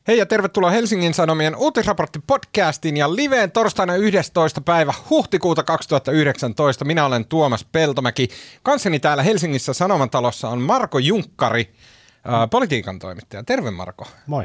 Hei ja tervetuloa Helsingin Sanomien uutisraportti-podcastin ja liveen torstaina 11. päivä huhtikuuta 2019. Minä olen Tuomas Peltomäki. Kanssani täällä Helsingissä Sanomatalossa on Marko Junkkari, politiikan toimittaja. Terve Marko. Moi.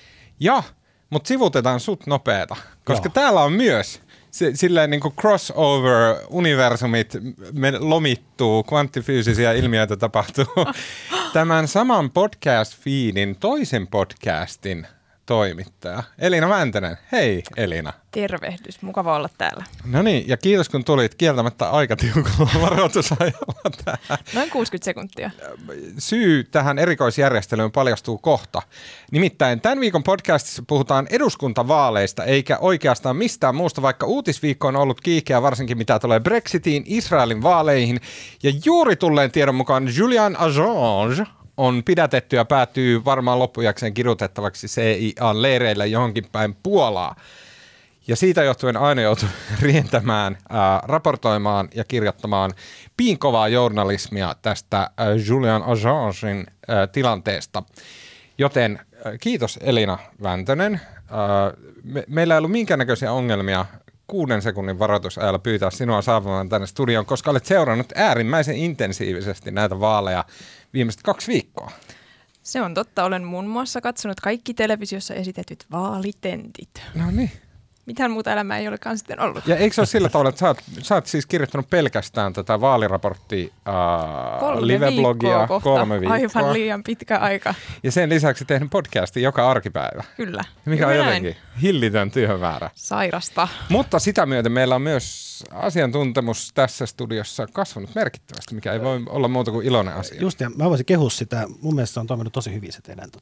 Mutta sivutetaan sut nopeeta, koska täällä on myös silleen niin kuin crossover-universumit lomittuu, kvanttifyysisiä ilmiöitä tapahtuu. Tämän saman podcast-feedin toisen podcastin toimittaja Elina Väntänen. Hei Elina. Tervehdys, mukava olla täällä. No niin, ja kiitos kun tulit kieltämättä aika tiukalla varoitusajalla tähän. Noin 60 sekuntia. Syy tähän erikoisjärjestelyyn paljastuu kohta. Nimittäin tämän viikon podcastissa puhutaan eduskuntavaaleista, eikä oikeastaan mistään muusta, vaikka uutisviikko on ollut kiihkeä, varsinkin mitä tulee Brexitiin, Israelin vaaleihin, ja juuri tulleen tiedon mukaan Julian Assange on pidätetty ja päätyy varmaan loppujakseen kidutettavaksi CIA-leireillä johonkin päin Puolaa. Ja siitä johtuen aina joutuu rientämään, raportoimaan ja kirjoittamaan piinkovaa journalismia tästä Julian Assangen tilanteesta. Joten kiitos Elina Väntönen. Meillä ei ollut minkäännäköisiä ongelmia 6 sekunnin varoitusajalla pyytää sinua saapumaan tänne studioon, koska olet seurannut äärimmäisen intensiivisesti näitä vaaleja viimeiset 2 viikkoa. Se on totta. Olen muun muassa katsonut kaikki televisiossa esitetyt vaalitentit. No niin. Mitään muuta elämää ei olekaan sitten ollut. Ja eikö se ole sillä tavalla, että sä oot siis kirjoittanut pelkästään tätä vaaliraporttia live-blogia 3 viikkoa. Aivan liian pitkä aika. Ja sen lisäksi tehnyt podcastin joka arkipäivä. Kyllä. Mikä on jotenkin hillitön työmäärä. Sairasta. Mutta sitä myöten meillä on myös asiantuntemus tässä studiossa kasvanut merkittävästi, mikä ei voi olla muuta kuin iloinen asia. Just, ja mä voisin kehua sitä. Mun mielestä se on toiminut tosi hyvin se teidän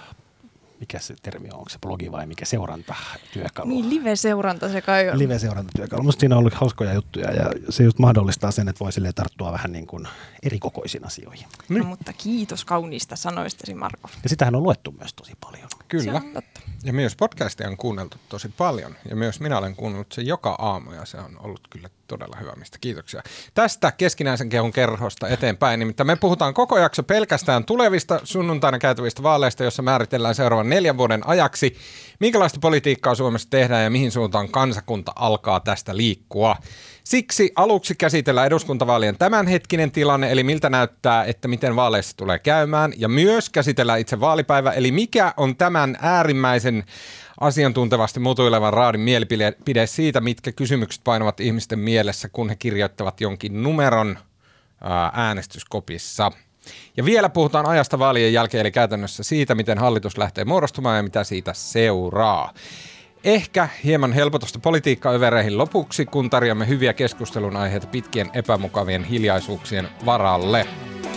mikä se termi on, onko se blogi vai mikä seurantatyökalu? Niin, live-seuranta se kai on. Live-seurantatyökalu. Musta siinä on ollut hauskoja juttuja ja se just mahdollistaa sen, että voi silleen tarttua vähän niin kuin erikokoisiin asioihin. No, mutta kiitos kauniista sanoistasi, Marko. Ja sitähän on luettu myös tosi paljon. Kyllä. Ja myös podcastia on kuunneltu tosi paljon. Ja myös minä olen kuunnellut sen joka aamu ja se on ollut kyllä todella hyvä, mistä kiitoksia. Tästä keskinäisen kehun kerhosta eteenpäin. Nimittäin me puhutaan koko jakso pelkästään tulevista sunnuntaina käytävistä vaaleista, jossa määritellään seuraavan 4 vuoden ajaksi, minkälaista politiikkaa Suomessa tehdään ja mihin suuntaan kansakunta alkaa tästä liikkua. Siksi aluksi käsitellään eduskuntavaalien tämänhetkinen tilanne, eli miltä näyttää, että miten vaaleissa tulee käymään, ja myös käsitellään itse vaalipäivä, eli mikä on tämän äärimmäisen asiantuntevasti mutuilevan raadin mielipide siitä, mitkä kysymykset painavat ihmisten mielessä, kun he kirjoittavat jonkin numeron äänestyskopissa. Ja vielä puhutaan ajasta vaalien jälkeen, eli käytännössä siitä, miten hallitus lähtee muodostumaan ja mitä siitä seuraa. Ehkä hieman helpotusta politiikkaövereihin lopuksi, kun tarjoamme hyviä keskustelun aiheita pitkien epämukavien hiljaisuuksien varalle.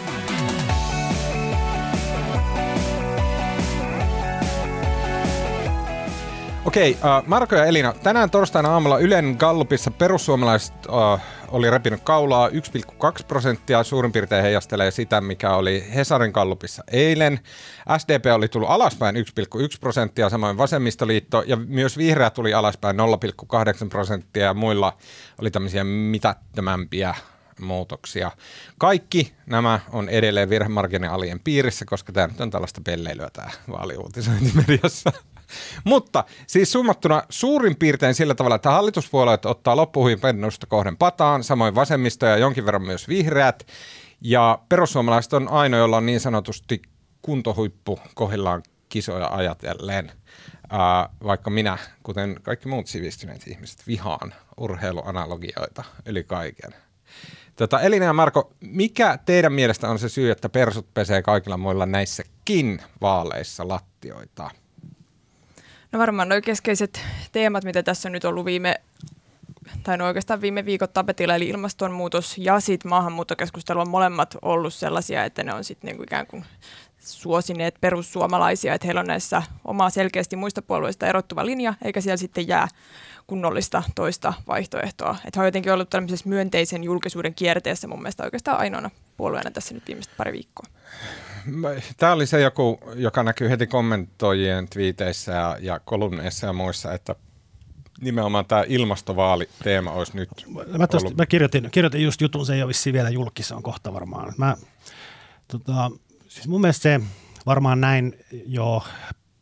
Okei, Marko ja Elina, tänään torstaina aamulla Ylen Gallupissa perussuomalaiset oli repinyt kaulaa 1,2%, suurin piirtein heijastelee sitä, mikä oli Hesarin Gallupissa eilen. SDP oli tullut alaspäin 1,1%, samoin Vasemmistoliitto, ja myös Vihreät tuli alaspäin 0,8%, ja muilla oli tämmöisiä mitättömämpiä muutoksia. Kaikki nämä on edelleen virhemarginaalien piirissä, koska tämä nyt on tällaista pelleilyä tämä vaaliuutisointi mediassa. Mutta siis summattuna suurin piirtein sillä tavalla, että hallituspuolueet ottaa loppuhuipennusta kohden pataan, samoin vasemmisto ja jonkin verran myös vihreät, ja perussuomalaiset on ainoa, jolla on niin sanotusti kuntohuippu kohdillaan kisoja ajatellen, vaikka minä, kuten kaikki muut sivistyneet ihmiset, vihaan urheiluanalogioita yli kaiken. Elina ja Marko, mikä teidän mielestä on se syy, että persut pesee kaikilla muilla näissäkin vaaleissa lattioita? No varmaan nuo keskeiset teemat, mitä tässä on nyt ollut viime viikot tapetilla, eli ilmastonmuutos ja sitten maahanmuuttokeskustelu on molemmat ollut sellaisia, että ne on sitten niinku ikään kuin suosineet perussuomalaisia, että heillä on näissä omaa selkeästi muista puolueista erottuva linja, eikä siellä sitten jää kunnollista toista vaihtoehtoa. Että he on jotenkin ollut tämmöisessä myönteisen julkisuuden kierteessä mun mielestä oikeastaan ainoana puolueena tässä nyt viimeiset pari viikkoa. Tämä oli se joku, joka näkyy heti kommentoijien twiiteissä ja kolumneissa ja muissa, että nimenomaan tämä ilmastovaaliteema olisi nyt ollut. Mä kirjoitin just jutun, se ei ole vissiin vielä julkissa, on kohta varmaan. Siis mun mielestä se varmaan näin jo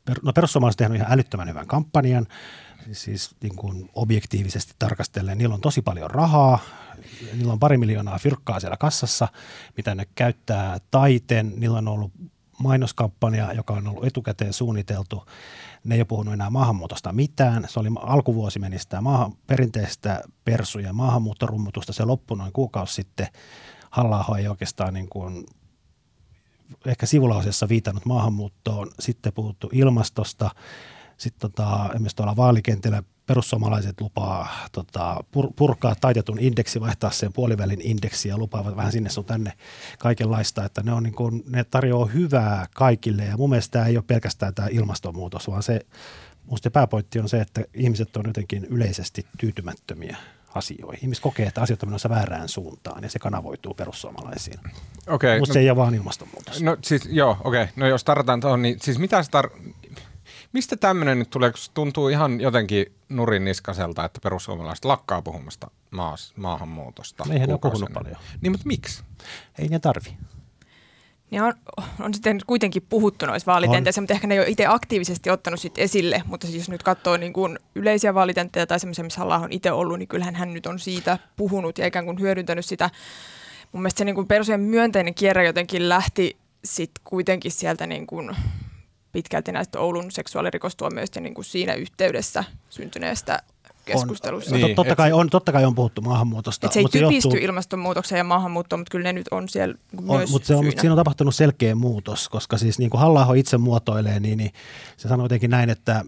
perussuomalaiset on tehnyt ihan älyttömän hyvän kampanjan, siis niin kuin objektiivisesti tarkastellen. Niillä on tosi paljon rahaa, niillä on 2 miljoonaa fyrkkaa siellä kassassa, mitä ne käyttää taiten. Niillä on ollut mainoskampanja, joka on ollut etukäteen suunniteltu. Ne ei ole puhunut enää maahanmuutosta mitään. Se oli alkuvuosi meni sitä perinteistä persu- ja maahanmuuttorummutusta. Se loppui noin kuukausi sitten. Halla-aho ei oikeastaan niin kuin ehkä sivulauseessa viitannut maahanmuuttoon. Sitten puhuttu ilmastosta. Sitten esimerkiksi tuolla vaalikentillä perussuomalaiset lupaa purkaa taitetun indeksi, vaihtaa sen puolivälin indeksi ja lupaavat vähän sinne sun tänne kaikenlaista, että ne, on niin kuin, ne tarjoaa hyvää kaikille ja mun mielestä tämä ei ole pelkästään tämä ilmastonmuutos, vaan musta pääpointti on se, että ihmiset on jotenkin yleisesti tyytymättömiä asioihin. Ihmiset kokee, että asiat on menossa väärään suuntaan ja se kanavoituu perussuomalaisiin. Okay, mutta se ei ole vaan ilmastonmuutos. No siis no jos tarvitaan tuohon, niin siis mitä se mistä tämmöinen nyt tulee, kun se tuntuu ihan jotenkin nurinniskaselta, että perussuomalaiset lakkaa puhumasta maahanmuutosta? Eihän ne ole puhunut paljon. Niin, mutta miksi? Ei ne tarvi. Ne on sitten kuitenkin puhuttu noissa vaalitenteissä, mutta ehkä ne ei ole itse aktiivisesti ottanut sit esille. Mutta siis jos nyt katsoo niin kuin yleisiä vaalitenttejä tai semmoisia, missä Halla-aho on itse ollut, niin kyllähän hän nyt on siitä puhunut ja ikään kuin hyödyntänyt sitä. Mun mielestä se niin kuin perussuomalaisten myönteinen kierre jotenkin lähti sitten kuitenkin sieltä niin kuin pitkälti näistä Oulun seksuaalirikostuomioista niin kuin siinä yhteydessä syntyneestä keskustelussa. Niin, totta kai on puhuttu maahanmuutosta. Et se ei typisty ilmastonmuutokseen ja maahanmuuttoon, mutta kyllä ne nyt on siellä myös mutta siinä on tapahtunut selkeä muutos, koska siis niin kuin Halla-aho itse muotoilee, niin se sanoo jotenkin näin, että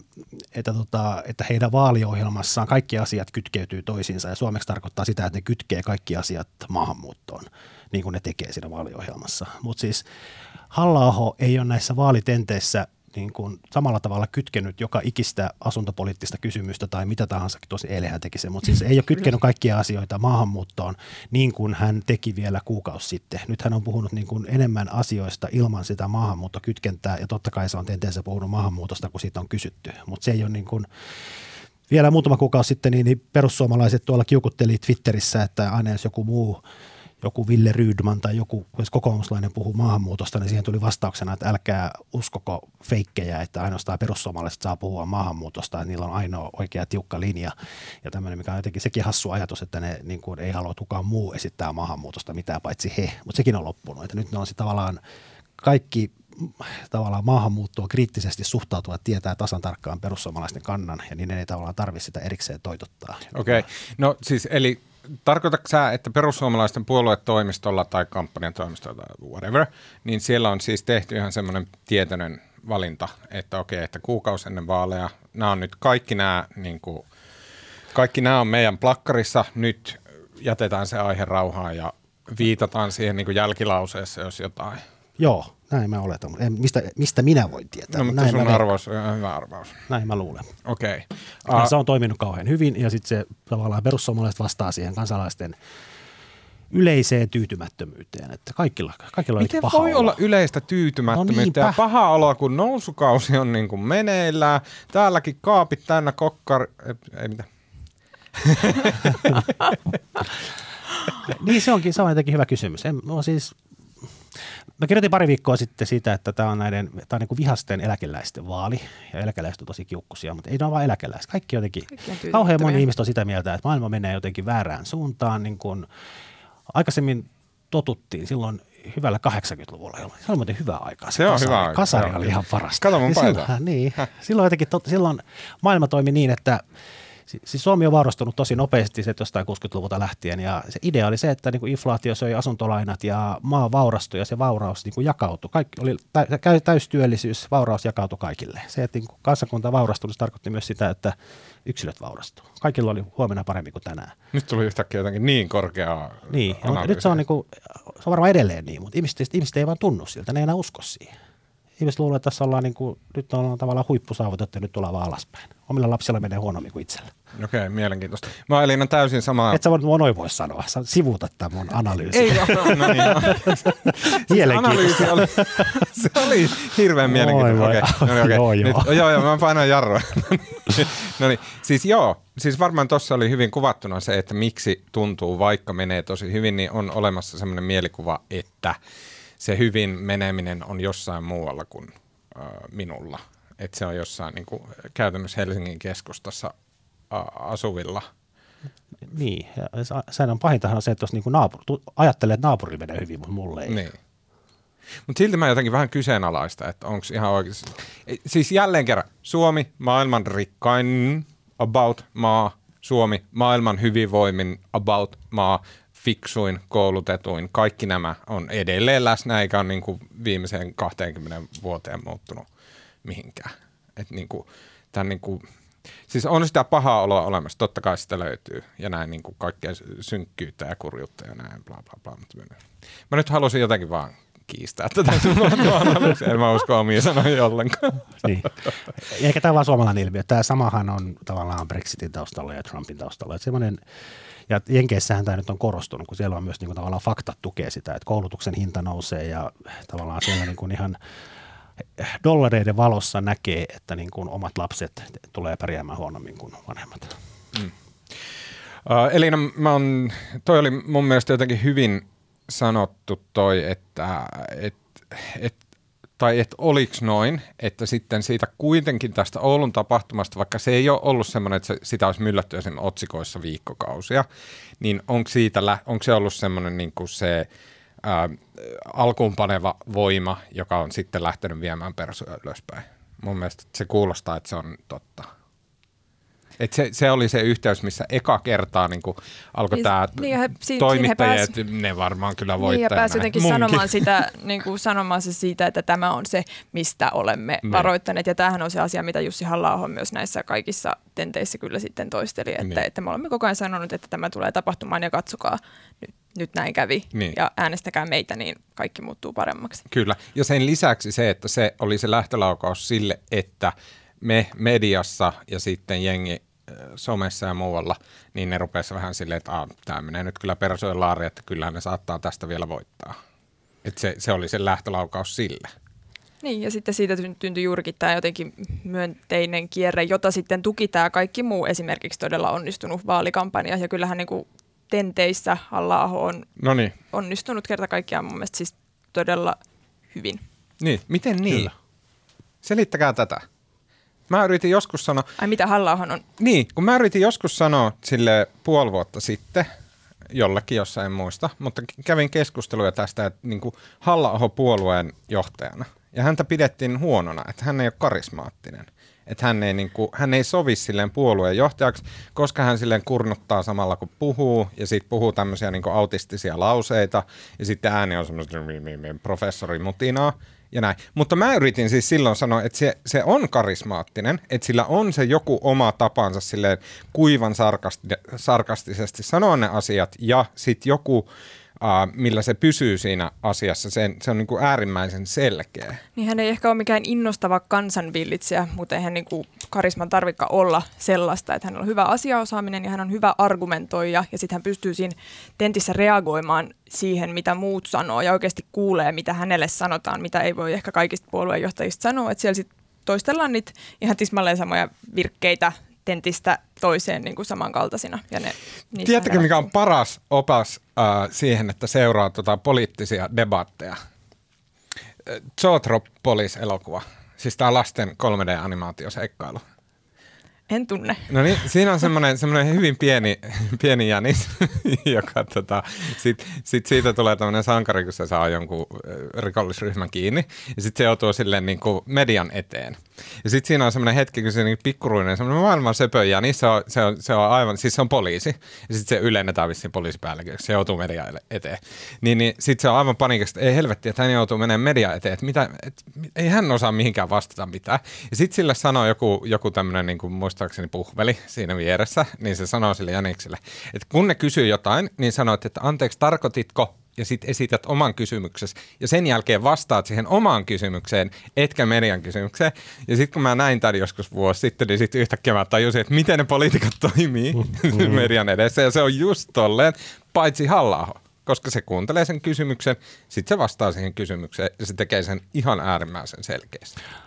heidän vaaliohjelmassaan kaikki asiat kytkeytyy toisiinsa ja suomeksi tarkoittaa sitä, että ne kytkee kaikki asiat maahanmuuttoon, niin kuin ne tekee siinä vaaliohjelmassa. Mutta siis Halla-aho ei ole näissä vaalitenteissä niin kuin samalla tavalla kytkenyt joka ikistä asuntopoliittista kysymystä tai mitä tahansa, tosi eilen hän teki sen, mutta siis ei ole kytkenyt kaikkia asioita maahanmuuttoon niin kuin hän teki vielä kuukausi sitten. Nyt hän on puhunut niin kuin enemmän asioista ilman sitä maahanmuuttokytkentää ja totta kai se on tenteensä puhunut maahanmuutosta, kun siitä on kysytty, mutta se ei ole niin kuin vielä muutama kuukausi sitten niin perussuomalaiset tuolla kiukutteli Twitterissä, että aina jos joku Ville Rydman tai joku kokoomuslainen puhuu maahanmuutosta, niin siihen tuli vastauksena, että älkää uskoko feikkejä, että ainoastaan perussuomalaiset saa puhua maahanmuutosta, että niillä on ainoa oikea tiukka linja. Ja tämmöinen, mikä on jotenkin sekin hassu ajatus, että ne niin kuin ei halua kukaan muu esittää maahanmuutosta mitään paitsi he, mutta sekin on loppunut. Että nyt ne on sitten tavallaan kaikki maahanmuuttoa kriittisesti suhtautuvat tietää tasan tarkkaan perussuomalaisten kannan ja niin ei tavallaan tarvitse sitä erikseen toitottaa. Okei, no siis eli tarkoitatko sä, että perussuomalaisten puoluetoimistolla tai kampanjatoimistolla tai whatever, niin siellä on siis tehty ihan semmoinen tietoinen valinta, että okei, että kuukausi ennen vaaleja, nämä on nyt kaikki nämä on meidän plakkarissa, nyt jätetään se aihe rauhaan ja viitataan siihen niin kuin jälkilauseessa, jos jotain. Joo, näin mä oletan. Mistä minä voin tietää? No, mutta sun arvaus on ihan hyvä arvaus. Näin mä luulen. Okei. Se on toiminut kauhean hyvin ja sitten se tavallaan perussuomalaiset vastaa siihen kansalaisten yleiseen tyytymättömyyteen. Että kaikilla on miten paha voi olo. olla yleistä tyytymättömyyttä ja paha oloa, kun nousukausi on niin kuin meneillään. Täälläkin kaapit täynnä ei mitään. Niin se on jotenkin hyvä kysymys. Mä kirjoitin pari viikkoa sitten siitä, että tämä on niin kuin vihasten eläkeläisten vaali, ja eläkeläiset on tosi kiukkuisia, mutta ei ne ole vaan eläkeläiset. Kaikki jotenkin, kauhean moni ihmiset on sitä mieltä, että maailma menee jotenkin väärään suuntaan, niin kuin aikaisemmin totuttiin silloin hyvällä 80-luvulla. Se oli muuten hyvä aika. Se on hyvä aika. Kasari oli ihan parasta. Kato mun paitaa. Silloin maailma toimi niin, että siis Suomi on vaurastunut tosi nopeasti se jostain 60-luvulta lähtien ja se idea oli se, että niin kuin inflaatio söi asuntolainat ja maa vaurastui ja se vauraus niin kuin jakautui. Kaikki oli täystyöllisyys, vauraus jakautui kaikille. Se, että niin kuin kansakunta vaurastui, se tarkoitti myös sitä, että yksilöt vaurastuu. Kaikilla oli huomenna paremmin kuin tänään. Nyt tuli yhtäkkiä jotenkin niin korkeaa mutta nyt se on varmaan edelleen niin, mutta ihmiset ei vaan tunnu siltä, ne ei enää usko siihen. Ihmiset luulee, että tässä ollaan nyt ollaan tavallaan huippusaavutettu ja nyt tullaan vaan alaspäin. Omilla lapsilla menee huonommin kuin itsellä. Okei, mielenkiintoista. Mä oon Elina täysin samaa. Et sä noin voi sanoa. Sä sivuutat tämän mun analyysin. Ei, no niin. Mielenkiintoista. Se oli hirveän mielenkiintoista. Okay. Joo, mä painoin jarrua. No niin, siis varmaan tuossa oli hyvin kuvattuna se, että miksi tuntuu, vaikka menee tosi hyvin, niin on olemassa semmoinen mielikuva, että se hyvin meneminen on jossain muualla kuin minulla. että se on jossain niin kuin käytännössä Helsingin keskustassa asuvilla. Niin, ja sehän on pahintahan on se, että jos niin ajattelee, että naapuri menee hyvin, mutta mulle ei. Niin. Mutta silti mä jotenkin vähän kyseenalaista, että onko ihan oikeasti. Siis jälleen kerran, Suomi, maailman rikkain about maa, Suomi, maailman hyvinvoimin about maa, fiksuin, koulutetuin, kaikki nämä on edelleen läsnä, eikä ole niin kuin viimeiseen 20 vuoteen muuttunut mihinkään. Että niin kuin, niin kuin, siis on sitä pahaa oloa olemassa, totta kai sitä löytyy, ja näin niin kuin kaikkea synkkyyttä ja kurjuutta ja näin, bla bla bla. Mä nyt halusin jotenkin vaan kiistää tätä analyysiä, en mä usko omia sanoja ollenkaan. Niin. Eikä tämä vaan suomalainen ilmiö. Tämä samahan on tavallaan Brexitin taustalla ja Trumpin taustalla. Että semmoinen, ja Jenkeissähän tämä nyt on korostunut, kun siellä on myös niin kuin tavallaan faktat tukee sitä, että koulutuksen hinta nousee ja tavallaan siellä niin kuin ihan dollareiden valossa näkee, että niin kuin omat lapset tulee pärjäämään huonommin kuin vanhemmat. Elina, toi oli mun mielestä jotenkin hyvin sanottu toi, että oliko noin, että sitten siitä kuitenkin tästä Oulun tapahtumasta, vaikka se ei ole ollut semmoinen, että sitä olisi myllätty esimerkiksi otsikoissa viikkokausia, niin onko se ollut semmoinen niin kuin se alkuunpaneva voima, joka on sitten lähtenyt viemään Persua ylöspäin? Mun mielestä se kuulostaa, että se on totta. Et se oli se yhteys, missä eka kertaa niin alkoi tämä toimittajat, ne varmaan kyllä voittaa. Niin, ja pääsi jotenkin sanomaan se siitä, että tämä on se, mistä olemme varoittaneet. Ja tämähän on se asia, mitä Jussi Halla-aho myös näissä kaikissa tenteissä kyllä sitten toisteli, että me olemme koko ajan sanonut, että tämä tulee tapahtumaan ja katsokaa, nyt näin kävi ja äänestäkää meitä, niin kaikki muuttuu paremmaksi. Kyllä, ja sen lisäksi se, että se oli se lähtölaukaus sille, että me mediassa ja sitten jengi somessa ja muualla, niin ne rupesi vähän silleen, että tämä menee nyt kyllä Persujen laariin, että kyllähän ne saattaa tästä vielä voittaa. Että se oli se lähtölaukaus sille. Niin, ja sitten siitä syntyi juurikin tämä jotenkin myönteinen kierre, jota sitten tuki tämä kaikki muu esimerkiksi todella onnistunut vaalikampanja. Ja kyllähän niin kuin tenteissä Halla-aho on onnistunut kerta kaikkiaan mun mielestä siis todella hyvin. Niin, miten niin? Kyllä. Selittäkää tätä. Mä yritin joskus sanoa... Ai mitä Halla-ahon on? Niin, kun mä yritin joskus sanoa sille puoli vuotta sitten, jollekin, jossa en muista, mutta kävin keskusteluja tästä, että niin kuin Halla-aho puolueen johtajana. Ja häntä pidettiin huonona, että hän ei ole karismaattinen. Että hän ei sovi silleen puolueen johtajaksi, koska hän silleen kurnuttaa samalla kun puhuu, ja sitten puhuu tämmöisiä niin kuin autistisia lauseita, ja sitten ääni on semmoista professorimutinaa. Ja näin. Mutta mä yritin siis silloin sanoa, että se on karismaattinen, että sillä on se joku oma tapansa silleen kuivan sarkastisesti sanoa ne asiat ja sitten joku, millä se pysyy siinä asiassa, se on niin kuin äärimmäisen selkeä. Niin hän ei ehkä ole mikään innostava kansanvillitsijä, mutta eihän niin kuin karisman tarvitse olla sellaista, että hän on hyvä asiaosaaminen ja hän on hyvä argumentoija ja sitten hän pystyy siinä tentissä reagoimaan siihen, mitä muut sanoo ja oikeasti kuulee, mitä hänelle sanotaan, mitä ei voi ehkä kaikista puolueenjohtajista sanoa, että siellä sitten toistellaan niitä ihan tismalleen samoja virkkeitä tentistä toiseen niin kuin samankaltaisina. Ja tiedättekö, mikä on paras opas siihen, että seuraa poliittisia debatteja? Zootropolis-elokuva. Siis tämä lasten 3D-animaatioseikkailu. En tunne. No niin, siinä on semmoinen hyvin pieni jänis, joka sit siitä tulee tämmöinen sankari, kun se saa jonkun rikollisryhmän kiinni. Ja sitten se joutuu silleen niin kuin median eteen. Ja sitten siinä on semmoinen hetki, kun se niin pikkuruinen, semmoinen maailman söpö jänis, se on aivan, siis se on poliisi. Ja sitten se ylennetään vissiin poliisipäällikkö, se joutuu median eteen. Niin sitten se on aivan paniikasta, ei helvetti, että hän joutuu menemään median eteen, että ei hän osaa mihinkään vastata mitään. Ja sitten sille sanoo joku tämmöinen niin kuin muistaakseni puhveli siinä vieressä, niin se sanoo sille jänikselle, että kun ne kysyy jotain, niin sanoit, että anteeksi, tarkoititko? Ja sitten esität oman kysymyksesi ja sen jälkeen vastaat siihen omaan kysymykseen, etkä median kysymykseen. Ja sitten kun mä näin tämän joskus vuosi sitten, niin sitten yhtäkkiä mä tajusin, että miten ne poliitikot toimii median edessä. Ja se on just tolleen, paitsi Halla-aho, koska se kuuntelee sen kysymyksen, sitten se vastaa siihen kysymykseen ja se tekee sen ihan äärimmäisen selkeästi.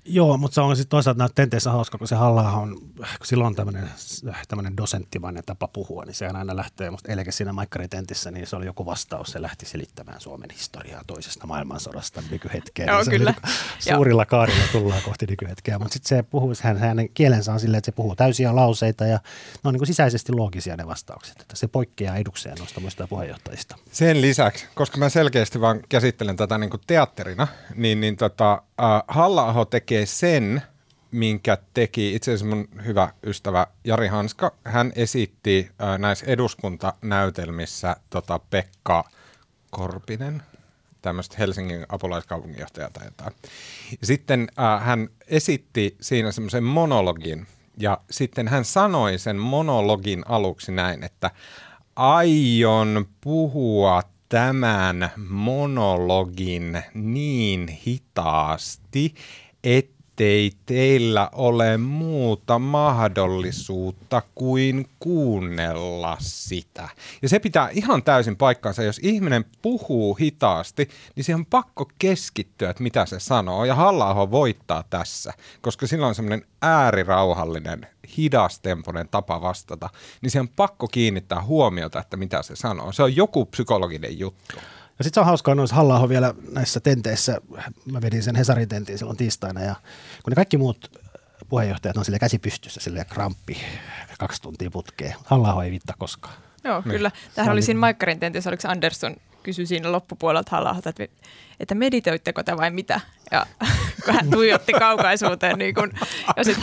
Joo, mutta se on sitten toisaalta näitä tenteissä hauska, kun se Halla-aho on, kun sillä on tämmöinen dosenttimainen tapa puhua, niin se aina lähtee, musta eilenkin siinä Maikkari-tentissä, niin se oli joku vastaus, se lähti selittämään Suomen historiaa toisesta maailmansodasta nykyhetkeen. Joo, niin kyllä. Suurilla kaarilla tullaan kohti nykyhetkeä, mutta sitten se puhuu, hänen kielensä on silleen, että se puhuu täysiä lauseita ja ne on niin kuin sisäisesti loogisia ne vastaukset, että se poikkeaa edukseen noista muista puheenjohtajista. Sen lisäksi, koska mä selkeästi vaan käsittelen tätä niin kuin teatterina, niin Halla-aho tekee sen, minkä teki itse asiassa mun hyvä ystävä Jari Hanska. Hän esitti näissä eduskuntanäytelmissä Pekka Korpinen, tämmöistä Helsingin apulaiskaupunginjohtajaa tai jotain. Sitten hän esitti siinä semmoisen monologin, ja sitten hän sanoi sen monologin aluksi näin, että aion puhua tämän monologin niin hitaasti, ettei teillä ole muuta mahdollisuutta kuin kuunnella sitä. Ja se pitää ihan täysin paikkaansa. Jos ihminen puhuu hitaasti, niin siihen on pakko keskittyä, että mitä se sanoo. Ja Halla-aho voittaa tässä, koska sillä on semmoinen äärirauhallinen, hidastempoinen tapa vastata. Niin siihen on pakko kiinnittää huomiota, että mitä se sanoo. Se on joku psykologinen juttu. Ja sitten se on hauskaa noissa Halla-aho vielä näissä tenteissä, mä vedin sen Hesarin tentiin silloin tiistaina ja kun ne kaikki muut puheenjohtajat on sille käsi pystyssä, sille kramppi 2 tuntia putkeen. Halla-aho ei viittaa koskaan. Joo, kyllä. Tämähän oli siinä Maikkarin tentissä, oliko Andersson kysyi siinä loppupuolelta Halla-aholta, että meditoitteko te vai mitä? Ja kun hän tuijotti kaukaisuuteen, niin kun, ja sitten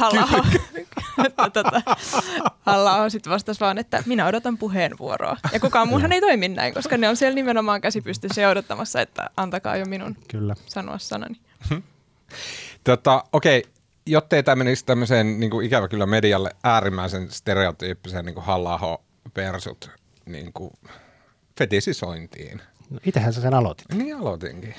Halla-aho sitten vastasi vaan, että minä odotan puheenvuoroa. Ja kukaan muuhan ei toimi näin, koska ne on siellä nimenomaan käsipystyssä ja odottamassa, että antakaa jo minun sanoa sanani. Okei. Jottei tämä menisi tämmöiseen niin kuin ikävä kyllä medialle äärimmäisen stereotyyppiseen niin kuin Halla-aho persut niin kuin fetisisointiin. No, itsehän sä sen aloitit. Niin aloitinkin.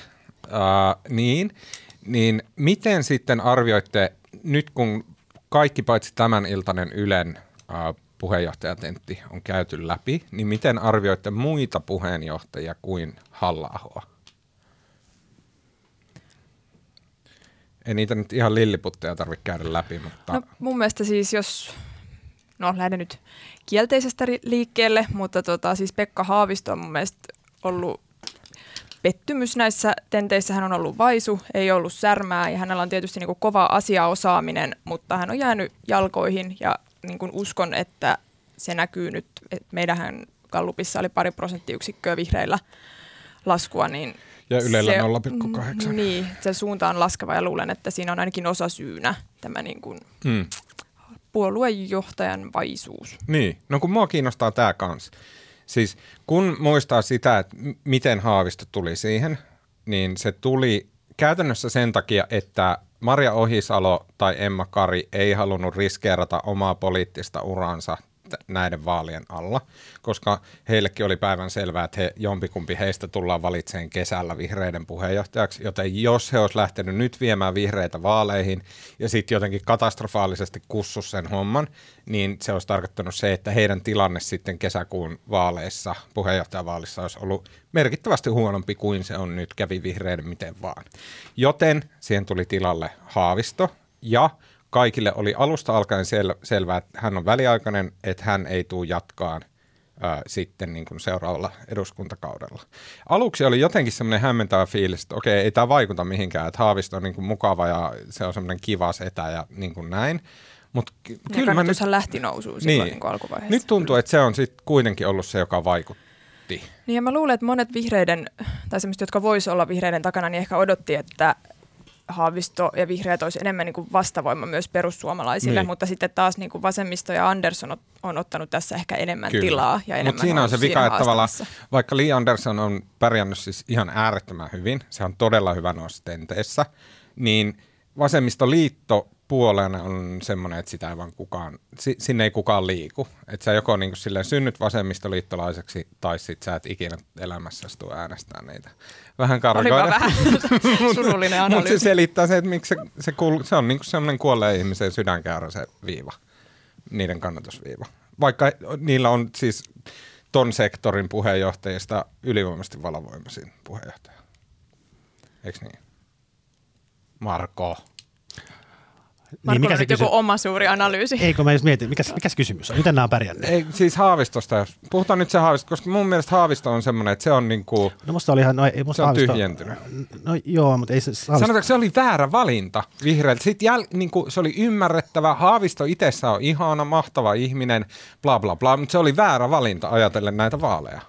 Niin miten sitten arvioitte, nyt kun kaikki paitsi tämän iltainen Ylen puheenjohtajatentti on käyty läpi, niin miten arvioitte muita puheenjohtajia kuin Halla-ahoa? Ei niitä nyt ihan lilliputteja tarvitse käydä läpi, mutta... No, mun mielestä siis lähden nyt kielteisestä liikkeelle, mutta siis Pekka Haavisto on mun mielestä ollut pettymys näissä tenteissä. Hän on ollut vaisu, ei ollut särmää ja hänellä on tietysti niin kuin kova asiaosaaminen, mutta hän on jäänyt jalkoihin ja niin kuin uskon, että se näkyy nyt. Meidänhän Gallupissa oli 2 prosenttiyksikköä vihreillä laskua, niin ja Ylellä 0,8. Niin, se suunta on laskeva ja luulen, että siinä on ainakin osasyynä tämä niin kuin puoluejohtajan vaisuus. Niin, no kun mua kiinnostaa tämä kanssa. Siis kun muistaa sitä, että miten Haavisto tuli siihen, niin se tuli käytännössä sen takia, että Maria Ohisalo tai Emma Kari ei halunnut riskeerata omaa poliittista uransa näiden vaalien alla, koska heillekin oli päivän selvää, että jompikumpi heistä tullaan valitseen kesällä vihreiden puheenjohtajaksi, joten jos he olisi lähtenyt nyt viemään vihreitä vaaleihin ja sitten jotenkin katastrofaalisesti kussus sen homman, niin se olisi tarkoittanut se, että heidän tilanne sitten kesäkuun vaaleissa, puheenjohtajavaalissa olisi ollut merkittävästi huonompi kuin se on nyt, kävi vihreiden miten vaan. Joten siihen tuli tilalle Haavisto ja kaikille oli alusta alkaen selvää, että hän on väliaikainen, että hän ei tule jatkaan sitten niin kuin seuraavalla eduskuntakaudella. Aluksi oli jotenkin semmoinen hämmentävä fiilis, että okei, ei tämä vaikuta mihinkään, että Haavisto on niin kuin mukava ja se on semmoinen kiva setä ja niin kuin näin. Mut kyllä mä nyt lähti nousuun silloin niin kuin alkuvaiheessa. Nyt tuntuu, että se on sitten kuitenkin ollut se, joka vaikutti. Niin ja mä luulen, että monet vihreiden, tai semmoiset, jotka vois olla vihreiden takana, niin ehkä odotti, että Haavisto ja vihreät olisi enemmän niin kuin vastavoima myös perussuomalaisille, mutta sitten taas niin kuin vasemmisto ja Andersson on ottanut tässä ehkä enemmän tilaa ja enemmän. Mutta siinä on se vika, että tavallaan vaikka Li Andersson on pärjännyt siis ihan äärettömän hyvin, se on todella hyvä noissa tenteissä, niin vasemmistoliitto puolena on semmoinen, että sitä ei vaan sinne ei kukaan liiku. Että sä joko niin kuin silleen synnyt vasemmistoliittolaiseksi tai sit sä et ikinä elämässäsi tule äänestää niitä. Vähän karkoida. Olipa vähän surullinen analyysi. Mutta se selittää se, että miksi se on niin kuin semmoinen kuolleen ihmisen sydänkäyrä se viiva, niiden kannatusviiva. Vaikka niillä on siis ton sektorin puheenjohtajista ylivoimaisesti valavoimaisin puheenjohtaja. Eikö niin? Marko. Marko on nyt joku oma suuri analyysi. Eikö mä just mietin, mikä kysymys on? Miten nämä on pärjänneet? Ei, siis Haavistosta, jos puhutaan nyt se Haavisto, koska mun mielestä Haavisto on semmoinen, että se on niinku, no musta oli ihan, se on tyhjentynyt. No joo, mutta ei se Sanotaanko, se oli väärä valinta vihreältä. Sitten niinku, se oli ymmärrettävä, Haavisto itsessä on ihana, mahtava ihminen, bla bla bla, mutta se oli väärä valinta ajatellen näitä vaaleja.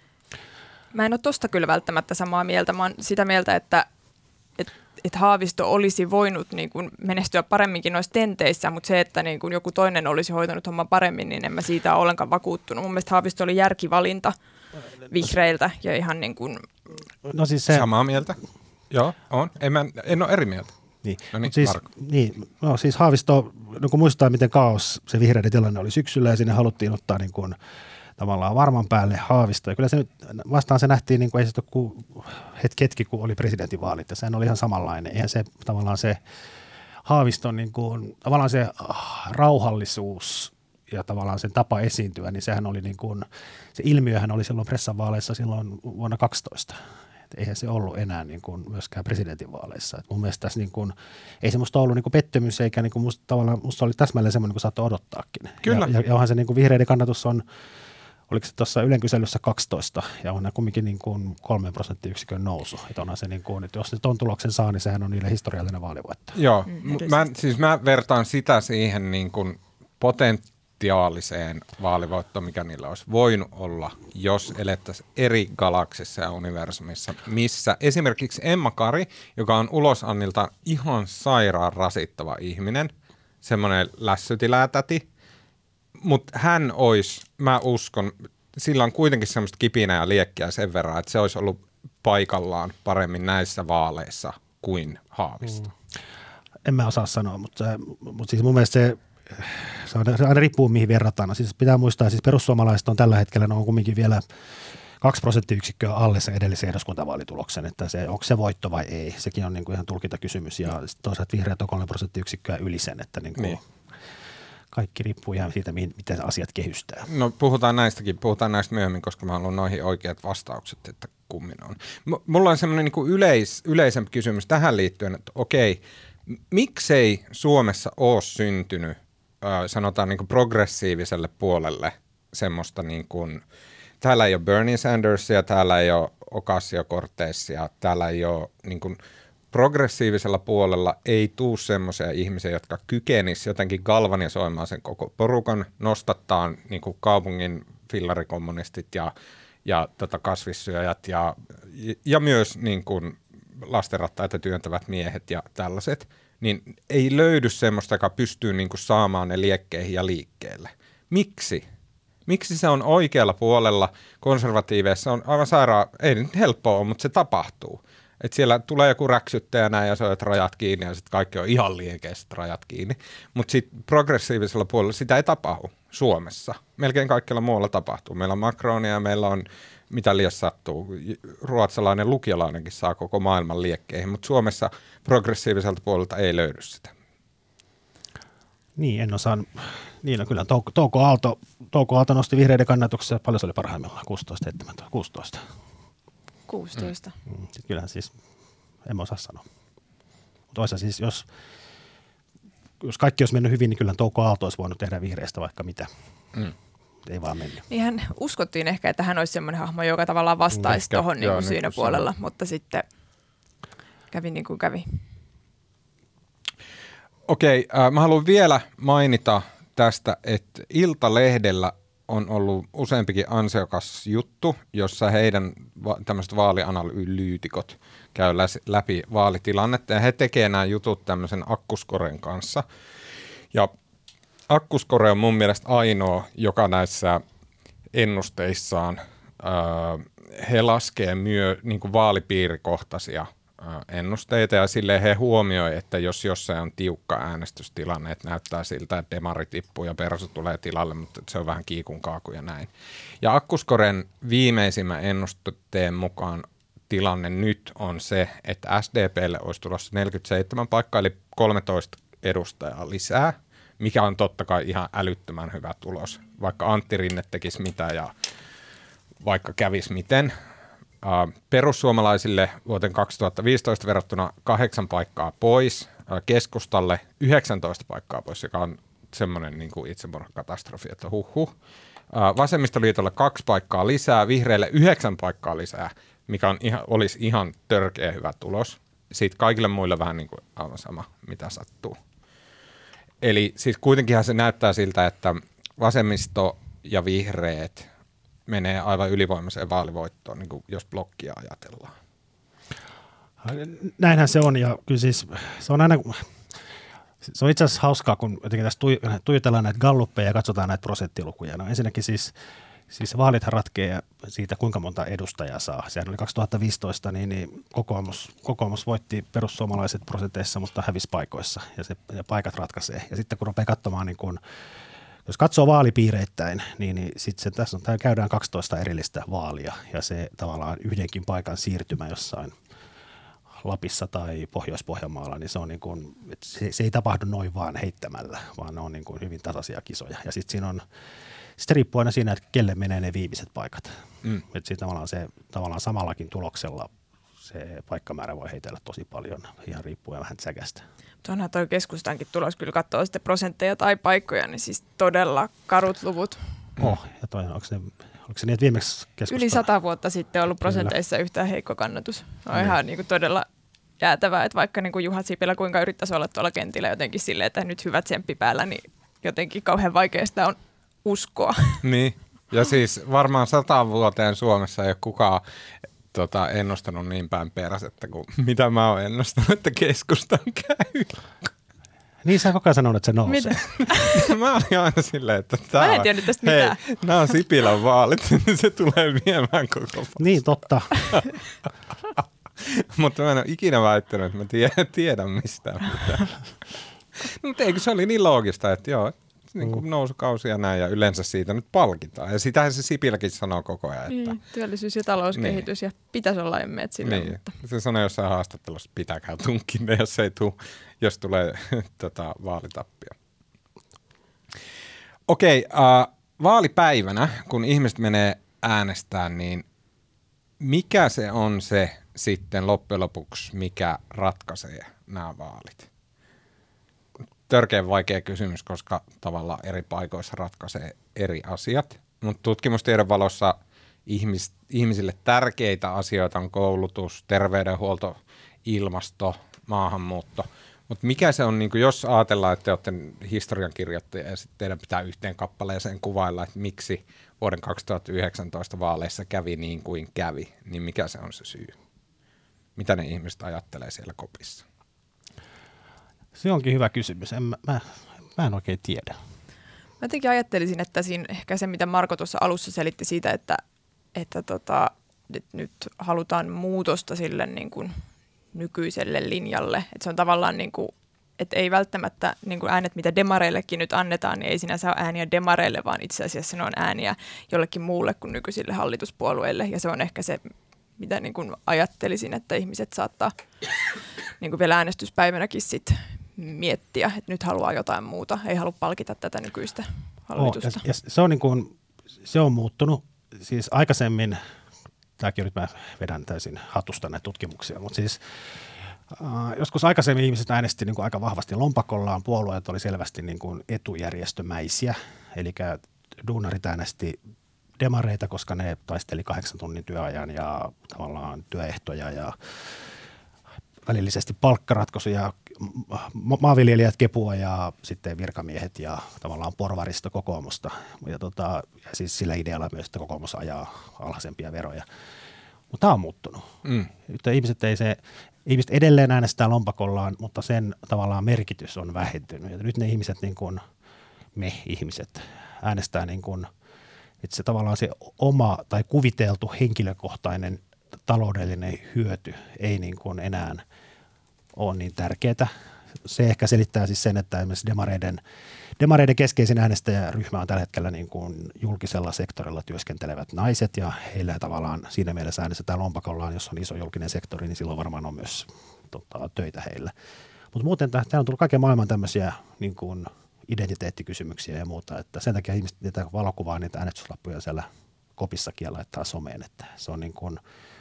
Mä en ole tosta kyllä välttämättä samaa mieltä. Mä oon sitä mieltä, että Haavisto olisi voinut niin kuin menestyä paremminkin noissa tenteissä, mutta se, että niin kuin joku toinen olisi hoitanut homman paremmin, niin en mä siitä ole ollenkaan vakuuttunut. Mun mielestä Haavisto oli järkivalinta vihreiltä ja ihan niin kuin... No siis se... Samaa mieltä. Joo, on. En ole eri mieltä. Niin. No niin, siis Haavisto, no kun muistaa, miten kaos se vihreiden tilanne oli syksyllä ja sinne haluttiin ottaa niin kuin tavallaan varman päälle Haavisto. Ja kyllä se nyt vastaan se nähtiin, niin kuin ei se ole hetki, kun oli presidentinvaalit, ja sehän oli ihan samanlainen. Eihän se tavallaan se Haaviston niin kuin, tavallaan se rauhallisuus ja tavallaan sen tapa esiintyä, niin sehän oli niin kuin, se ilmiöhän oli silloin pressanvaaleissa silloin vuonna 2012. Eihän se ollut enää niin kuin myöskään presidentinvaaleissa. Et mun mielestä tässä niin kuin, ei se musta ollut niin kuin pettymys, eikä niin kuin musta oli täsmälleen semmoinen, kuin saattoi odottaakin. Kyllä. Ja onhan se niin kuin vihreiden kannatus on, oliko se tuossa Ylen kyselyssä 12, ja on kumminkin niin kuin 3% nousu. Että onhan se niin kuin, että jos ne ton tuloksen saa, niin sehän on niille historiallinen vaalivoitto. Joo, mä vertaan sitä siihen niin kuin potentiaaliseen vaalivoittoon, mikä niillä olisi voinut olla, jos elettäisiin eri galaksissa ja universumissa, missä esimerkiksi Emma Kari, joka on ulosannilta ihan sairaan rasittava ihminen, semmoinen lässytiläätäti, mutta hän olisi, mä uskon, sillä on kuitenkin semmoista kipinää ja liekkiä sen verran, että se olisi ollut paikallaan paremmin näissä vaaleissa kuin Haavisto. En mä osaa sanoa, mutta siis mun mielestä se aina riippuu mihin verrataan. Siis pitää muistaa, siis perussuomalaiset on tällä hetkellä, ne on kumminkin vielä 2% alle sen edellisen eduskuntavaalituloksen, että onko se voitto vai ei. Sekin on niin kuin ihan tulkintakysymys, ja toisaalta vihreät on 3% yli sen, että niin. Kaikki riippuu ihan siitä, miten asiat kehystää. No puhutaan näistä myöhemmin, koska mä haluan noihin oikeat vastaukset, että kummin on. Mulla on semmoinen niin kuin yleisempi kysymys tähän liittyen, että okei, miksei Suomessa ole syntynyt, sanotaan niin kuin progressiiviselle puolelle semmoista niin kuin, täällä ei ole Bernie Sandersia, täällä ei ole Ocasio-Cortezia, täällä ei ole niin kuin progressiivisella puolella ei tule semmoisia ihmisiä, jotka kykenisivät jotenkin galvanisoimaan sen koko porukan, nostattaa niin kuin kaupungin fillarikommunistit ja kasvissyöjät ja myös niin kuin lastenrattaita työntävät miehet ja tällaiset, niin ei löydy semmoista, joka pystyy niin kuin saamaan ne liekkeihin ja liikkeelle. Miksi? Miksi se on oikealla puolella konservatiiveissa? On aivan sairaan, ei nyt helppoa ole, mutta se tapahtuu. Että siellä tulee joku räksyttäjä näin ja se on, että rajat kiinni ja sitten kaikki on ihan liikeistä rajat kiinni. Mutta sitten progressiivisella puolella sitä ei tapahdu Suomessa. Melkein kaikkialla muualla tapahtuu. Meillä on Macronia ja meillä on, mitä liias sattuu, ruotsalainen lukiolainenkin saa koko maailman liekkeihin, mutta Suomessa progressiiviselta puolelta ei löydy sitä. Niin, en osaa. Niin, no kyllä Touko Aalto nosti vihreiden kannatuksessa, paljon se oli parhaimmillaan, 16. Kyllähän siis, en mä osaa sanoa. Mutta toisaalta siis, jos kaikki olisi mennyt hyvin, niin kyllä Touko Aalto olisi voinut tehdä vihreistä vaikka mitä. Ei vaan mennyt. Niin uskottiin ehkä, että hän olisi semmoinen hahmo, joka tavallaan vastaisi tuohon niin siinä puolella, mutta sitten kävi niin kuin kävi. Okei, mä haluan vielä mainita tästä, että Iltalehdellä on ollut useampikin ansiokas juttu, jossa heidän tämmöiset vaalianalyytikot käy läpi vaalitilannetta, ja he tekevät nämä jutut tämmöisen Akkuskoren kanssa. Ja Akkuskore on mun mielestä ainoa, joka näissä ennusteissaan, he laskee niin kuin vaalipiirikohtaisia ennusteita, ja silleen he huomioi, että jos jossain on tiukka äänestystilanne, että näyttää siltä, että demari tippuu ja persu tulee tilalle, mutta se on vähän kiikun kaaku ja näin. Ja Akkuskoren viimeisimmän ennusteen mukaan tilanne nyt on se, että SDPlle olisi tulossa 47 paikkaa, eli 13 edustajaa lisää, mikä on totta kai ihan älyttömän hyvä tulos, vaikka Antti Rinne tekisi mitä ja vaikka kävisi miten. Perussuomalaisille vuoteen 2015 verrattuna 8 paikkaa pois, keskustalle 19 paikkaa pois, joka on semmoinen niin kuin itsemurhakatastrofi, että Vasemmistoliitolle 2 paikkaa lisää, vihreille 9 paikkaa lisää, mikä olisi ihan törkeä hyvä tulos. Sitten kaikille muille vähän niin kuin aivan sama, mitä sattuu. Eli siis kuitenkinhan se näyttää siltä, että vasemmisto ja vihreät menee aivan ylivoimaiseen vaalivoittoon, niin kuin jos blokkia ajatellaan. Näinhän se on, ja kyllä siis se on aina, se on itse asiassa hauskaa, kun jotenkin tässä tuijotellaan näitä galluppeja ja katsotaan näitä prosenttilukuja. No ensinnäkin siis vaalithan ratkeaa siitä, kuinka monta edustajaa saa. Sehän oli 2015, niin kokoomus voitti perussuomalaiset prosenteissa, mutta hävisi paikoissa, ja paikat ratkaisee. Ja sitten kun rupeaa katsomaan, niin kun, jos katsoo vaalipiireittäin, niin sitten tässä käydään 12 erillistä vaalia, ja se tavallaan yhdenkin paikan siirtymä jossain Lapissa tai Pohjois-Pohjanmaalla, niin se on niin kuin, se ei tapahdu noin vaan heittämällä, vaan ne on niin kuin hyvin tasaisia kisoja. Ja sitten siinä on, sitten riippuu aina siinä, että kelle menee ne viimeiset paikat. Että tavallaan samallakin tuloksella se paikkamäärä voi heitellä tosi paljon, ihan riippuen vähän säkästä. Onhan tuo keskustankin tulos, kyllä katsoo sitten prosentteja tai paikkoja, niin siis todella karut luvut. Ja onko se niin, että viimeksi keskusta? Yli 100 vuotta sitten on ollut prosenteissa yhtään heikko kannatus. On ihan niin kuin todella jäätävää, että vaikka niin kuin Juha Sipilä kuinka yrittäisi olla tuolla kentillä jotenkin silleen, että nyt hyvä tsemppi päällä, niin jotenkin kauhean vaikeasta on uskoa. Niin, ja siis varmaan 100 vuoteen Suomessa ei ole kukaan ennustanut niin päin peräsettä kuin mitä mä oon ennustanut, että keskustan käy. Niin sä koko ajan sanonut, että se nousee. Mitä? Mä olin aina silleen, että mä en tiedä tästä mitään. Nämä on Sipilän vaalit, se tulee viemään koko paskaa. Niin, totta. Mutta mä en ole ikinä väittänyt, että mä tiedän mistään mitään. Mutta eikö se oli niin loogista, että joo, niin kuin nousukausi ja näin, ja yleensä siitä nyt palkitaan. Ja sitähän se Sipiläkin sanoo koko ajan. Että työllisyys- ja talouskehitys, ja pitäisi olla emmeet silleen. Niin. Mutta se sanoo jossain haastattelussa, että pitäkää tunkinne, jos tulee vaalitappio. Okei, vaalipäivänä, kun ihmiset menee äänestämään, niin mikä se on se sitten loppujen lopuksi, mikä ratkaisee nämä vaalit? Törkeän vaikea kysymys, koska tavallaan eri paikoissa ratkaisee eri asiat, mutta tutkimustiedon valossa ihmisille tärkeitä asioita on koulutus, terveydenhuolto, ilmasto, maahanmuutto. Mutta mikä se on, niin jos ajatellaan, että te olette historiankirjoittajia ja sitten teidän pitää yhteen kappaleeseen kuvailla, että miksi vuoden 2019 vaaleissa kävi niin kuin kävi, niin mikä se on se syy? Mitä ne ihmiset ajattelee siellä kopissa? Se onkin hyvä kysymys. Mä en oikein tiedä. Mä jotenkin ajattelisin, että siinä ehkä se, mitä Marko tuossa alussa selitti siitä, että nyt halutaan muutosta sille niin kuin nykyiselle linjalle. Että se on tavallaan, niin kuin, että ei välttämättä niin kuin äänet, mitä demareillekin nyt annetaan, niin ei sinänsä ole ääniä demareille, vaan itse asiassa ne on ääniä jollekin muulle kuin nykyisille hallituspuolueille. Ja se on ehkä se, mitä niin kuin ajattelisin, että ihmiset saattaa niin kuin vielä äänestyspäivänäkin sitten miettiä, että nyt haluaa jotain muuta, ei halua palkita tätä nykyistä hallitusta. Ja se on, niin kuin, se on muuttunut. Siis aikaisemmin, tämäkin nyt mä vedän täysin hatusta näitä tutkimuksia, mutta siis joskus aikaisemmin ihmiset äänesti niin kuin aika vahvasti lompakollaan, puolueet oli selvästi niin kuin etujärjestömäisiä, eli duunarit äänesti demareita, koska ne taisteli 8 tunnin työajan ja tavallaan työehtoja ja välillisesti palkkaratkaisuja, maanviljelijät Kepua ja sitten virkamiehet ja tavallaan porvarista kokoomusta. Ja siis sillä idealla myös, että kokoomus ajaa alhaisempia veroja. Mutta tämä on muuttunut. Ihmiset edelleen äänestää lompakollaan, mutta sen tavallaan merkitys on vähentynyt. Ja nyt ne ihmiset, niin kuin me ihmiset, äänestää niin kuin, että se tavallaan se oma tai kuviteltu henkilökohtainen taloudellinen hyöty ei niin kuin enää ole niin tärkeää. Se ehkä selittää siis sen, että esimerkiksi demareiden keskeisin äänestäjäryhmä on tällä hetkellä niin kuin julkisella sektorilla työskentelevät naiset, ja heillä tavallaan siinä mielessä äänestetään lompakollaan, jos on iso julkinen sektori, niin silloin varmaan on myös töitä heillä. Mutta muuten täällä on tullut kaiken maailman tämmöisiä niin kuin identiteettikysymyksiä ja muuta, että sen takia ihmiset valokuvaa niitä äänestyslappuja siellä kopissakin ja laittaa someen, että se on niin kuin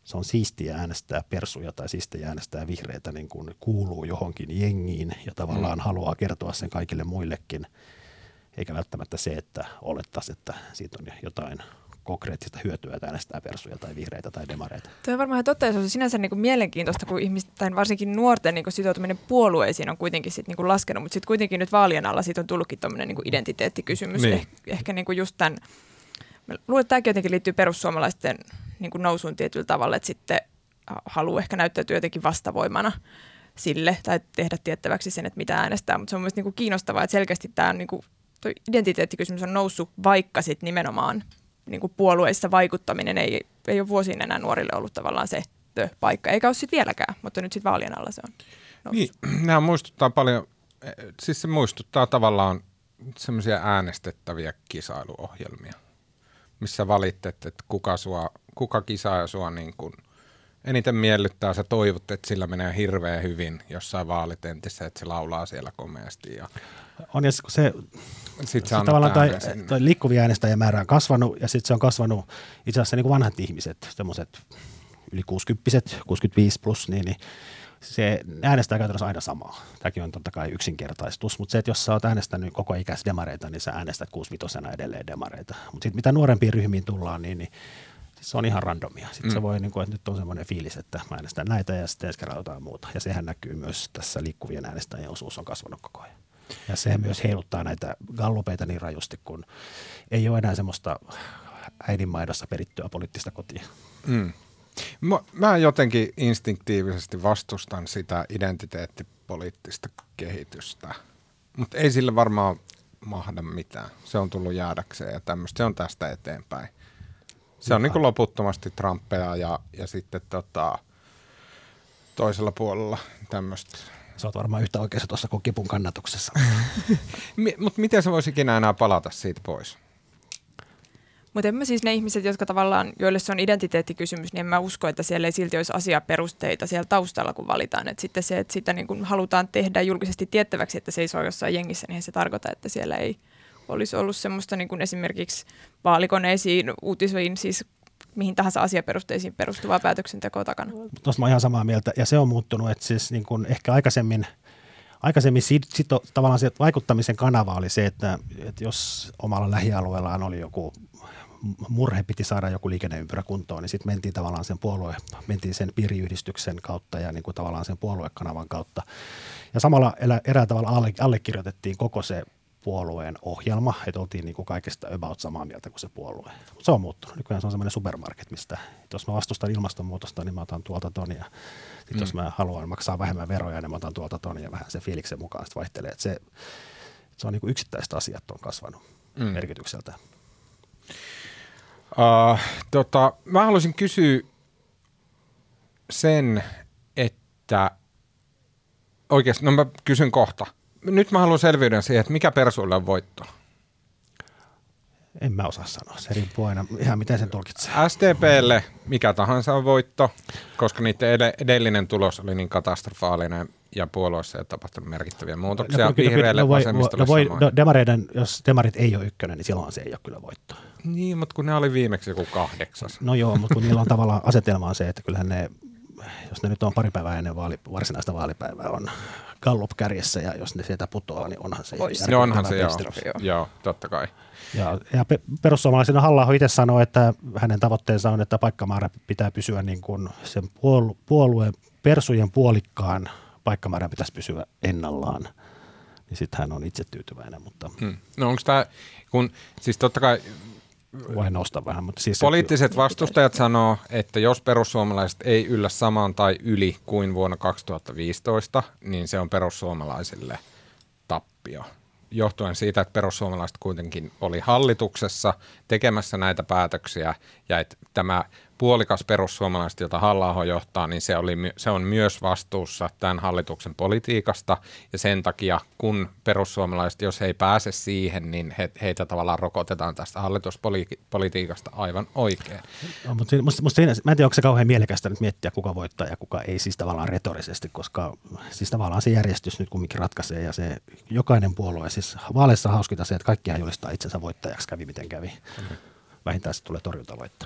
se on siistiä äänestää persuja tai siistiä äänestää vihreitä, niin kun kuuluu johonkin jengiin ja tavallaan haluaa kertoa sen kaikille muillekin, eikä välttämättä se, että olettaisiin, että siitä on jotain konkreettista hyötyä, että äänestää persuja tai vihreitä tai demareita. Tuo on varmaan totta, ja se on sinänsä niin kuin mielenkiintoista, kun ihmiset, tai varsinkin nuorten niin kuin sitoutuminen puolueisiin on kuitenkin sit niin kuin laskenut, mutta sitten kuitenkin nyt vaalien alla siitä on tullutkin tuommoinen niin kuin identiteettikysymys. Niin. Ehkä niin kuin just tämän, mä luulen, että tämäkin jotenkin liittyy perussuomalaisten niin kuin nousuun tietyllä tavalla, että sitten haluaa ehkä näyttäytyä jotenkin vastavoimana sille, tai tehdä tiettäväksi sen, että mitä äänestää, mutta se on myös niin kuin kiinnostavaa, että selkeästi tämä on, niin kuin, tuo identiteettikysymys on noussut, vaikka sitten nimenomaan niin kuin puolueissa vaikuttaminen ei ole vuosiin enää nuorille ollut tavallaan se paikka, eikä ole sitten vieläkään, mutta nyt sitten vaalien alla se on noussut. Niin, nämä muistuttaa paljon, siis se muistuttaa tavallaan semmoisia äänestettäviä kisailuohjelmia, missä valittet, että kuka kisaaja sua niin kuin eniten miellyttää, sä toivot, että sillä menee hirveän hyvin jossain vaalitentissä, että se laulaa siellä komeasti. Ja on, ja se tavallaan toi liikkuvia äänestäjämäärä on kasvanut, ja sitten se on kasvanut itse asiassa niin kuin vanhat ihmiset, semmoiset yli 60-vuotiaat, 65 plus, niin se äänestää käytännössä aina samaa. Tämäkin on totta kai yksinkertaistus, mutta se, että jos sä oot äänestänyt koko ikäis demareita, niin sä äänestät 65-vuotiaana edelleen demareita. Mutta sitten mitä nuorempiin ryhmiin tullaan, niin se on ihan randomia. Sitten se voi, niin kuin, että nyt on semmoinen fiilis, että mä äänestän näitä ja sitten ensi kerralla jotain muuta. Ja sehän näkyy myös tässä liikkuvien äänestäjien osuus on kasvanut koko ajan. Ja se myös heiluttaa näitä gallupeita niin rajusti, kun ei ole enää semmoista äidinmaidossa perittyä poliittista kotia. Mä jotenkin instinktiivisesti vastustan sitä identiteettipoliittista kehitystä, mutta ei sille varmaan mahda mitään. Se on tullut jäädäkseen ja tämmöistä. Se on tästä eteenpäin. Se on niin kuin loputtomasti Trumpeja ja sitten toisella puolella tämmöistä. Sä oot varmaan yhtä oikeassa tuossa kuin kipun kannatuksessa. Mutta miten se voisi ikinä enää palata siitä pois? Mutta en mä siis ne ihmiset, jotka tavallaan, joille se on identiteettikysymys, niin en mä usko, että siellä ei silti olisi asiaperusteita siellä taustalla, kun valitaan. Et sitten se, että sitä niin kun halutaan tehdä julkisesti tiettäväksi, että seisoo jossain jengissä, niin se tarkoittaa, että siellä ei olisi ollut semmoista niin kuin esimerkiksi vaalikoneisiin, uutisoihin, siis mihin tahansa asiaperusteisiin perustuvaa päätöksentekoa takana. Tuosta mä oon ihan samaa mieltä, ja se on muuttunut, että siis niin kuin ehkä aikaisemmin tavallaan se vaikuttamisen kanava oli se, että jos omalla lähialueellaan oli joku murhe, piti saada joku liikenneympyrä kuntoon, niin sitten mentiin sen piiriyhdistyksen kautta ja niin kuin tavallaan sen puoluekanavan kautta. Ja samalla eräällä tavalla allekirjoitettiin koko se puolueen ohjelma, että oltiin niin kuin kaikesta about samaa mieltä kuin se puolue. Mutta se on muuttunut. Nykyään se on semmoinen supermarket, mistä jos mä vastustan ilmastonmuutosta, niin mä otan tuolta ton, ja sitten jos mä haluan maksaa vähemmän veroja, niin mä otan tuolta ton, ja vähän se fiiliksen mukaan sitten vaihtelee. Että se on niin kuin yksittäiset asiat on kasvanut merkitykseltä. Mä haluaisin kysyä sen, että oikeasti, no mä kysyn kohta. Nyt mä haluan selvyyden siihen, että mikä persuille on voitto? En mä osaa sanoa. Se riippuu aina ihan miten sen tulkitsee. SDP:lle mikä tahansa on voitto, koska niiden edellinen tulos oli niin katastrofaalinen ja puolueessa ei ole tapahtunut merkittäviä muutoksia. Vihreille, vasemmistolle demareiden, jos demarit ei ole ykkönen, niin silloin se ei ole kyllä voitto. Niin, mutta kun ne oli viimeksi joku 8. No joo, mutta kun niillä on tavallaan asetelma on se, että kyllähän ne, jos ne nyt on pari päivää ennen varsinaista vaalipäivää, on Gallup kärjessä, ja jos ne sieltä putoaa, niin onhan se joo, totta kai. Ja perussuomalaisena Halla-aho itse sanoi, että hänen tavoitteensa on, että paikkamäärä pitää pysyä niin kuin sen puolueen persujen puolikkaan paikkamäärä pitäisi pysyä ennallaan. Niin sitten hän on itse tyytyväinen. Mutta no onko tämä, kun siis totta kai voi nostaa vähän, mutta siis poliittiset vastustajat sanoo, että jos perussuomalaiset ei yllä samaan tai yli kuin vuonna 2015, niin se on perussuomalaisille tappio. Johtuen siitä, että perussuomalaiset kuitenkin oli hallituksessa tekemässä näitä päätöksiä ja että tämä puolikas perussuomalaiset, jota Halla-aho johtaa, niin se on myös vastuussa tämän hallituksen politiikasta ja sen takia, kun perussuomalaiset, jos he ei pääse siihen, niin heitä tavallaan rokotetaan tästä hallituspolitiikasta aivan oikein. No, mutta mä en tiedä, onko se kauhean mielekästä nyt miettiä, kuka voittaa ja kuka ei siis tavallaan retorisesti, koska siis tavallaan se järjestys nyt kumminkin ratkaisee ja se jokainen puolue, siis vaaleissa hauskinta se, että kaikkihan julistaa itsensä voittajaksi, kävi miten kävi. Vähintään se tulee torjuntavoittaa.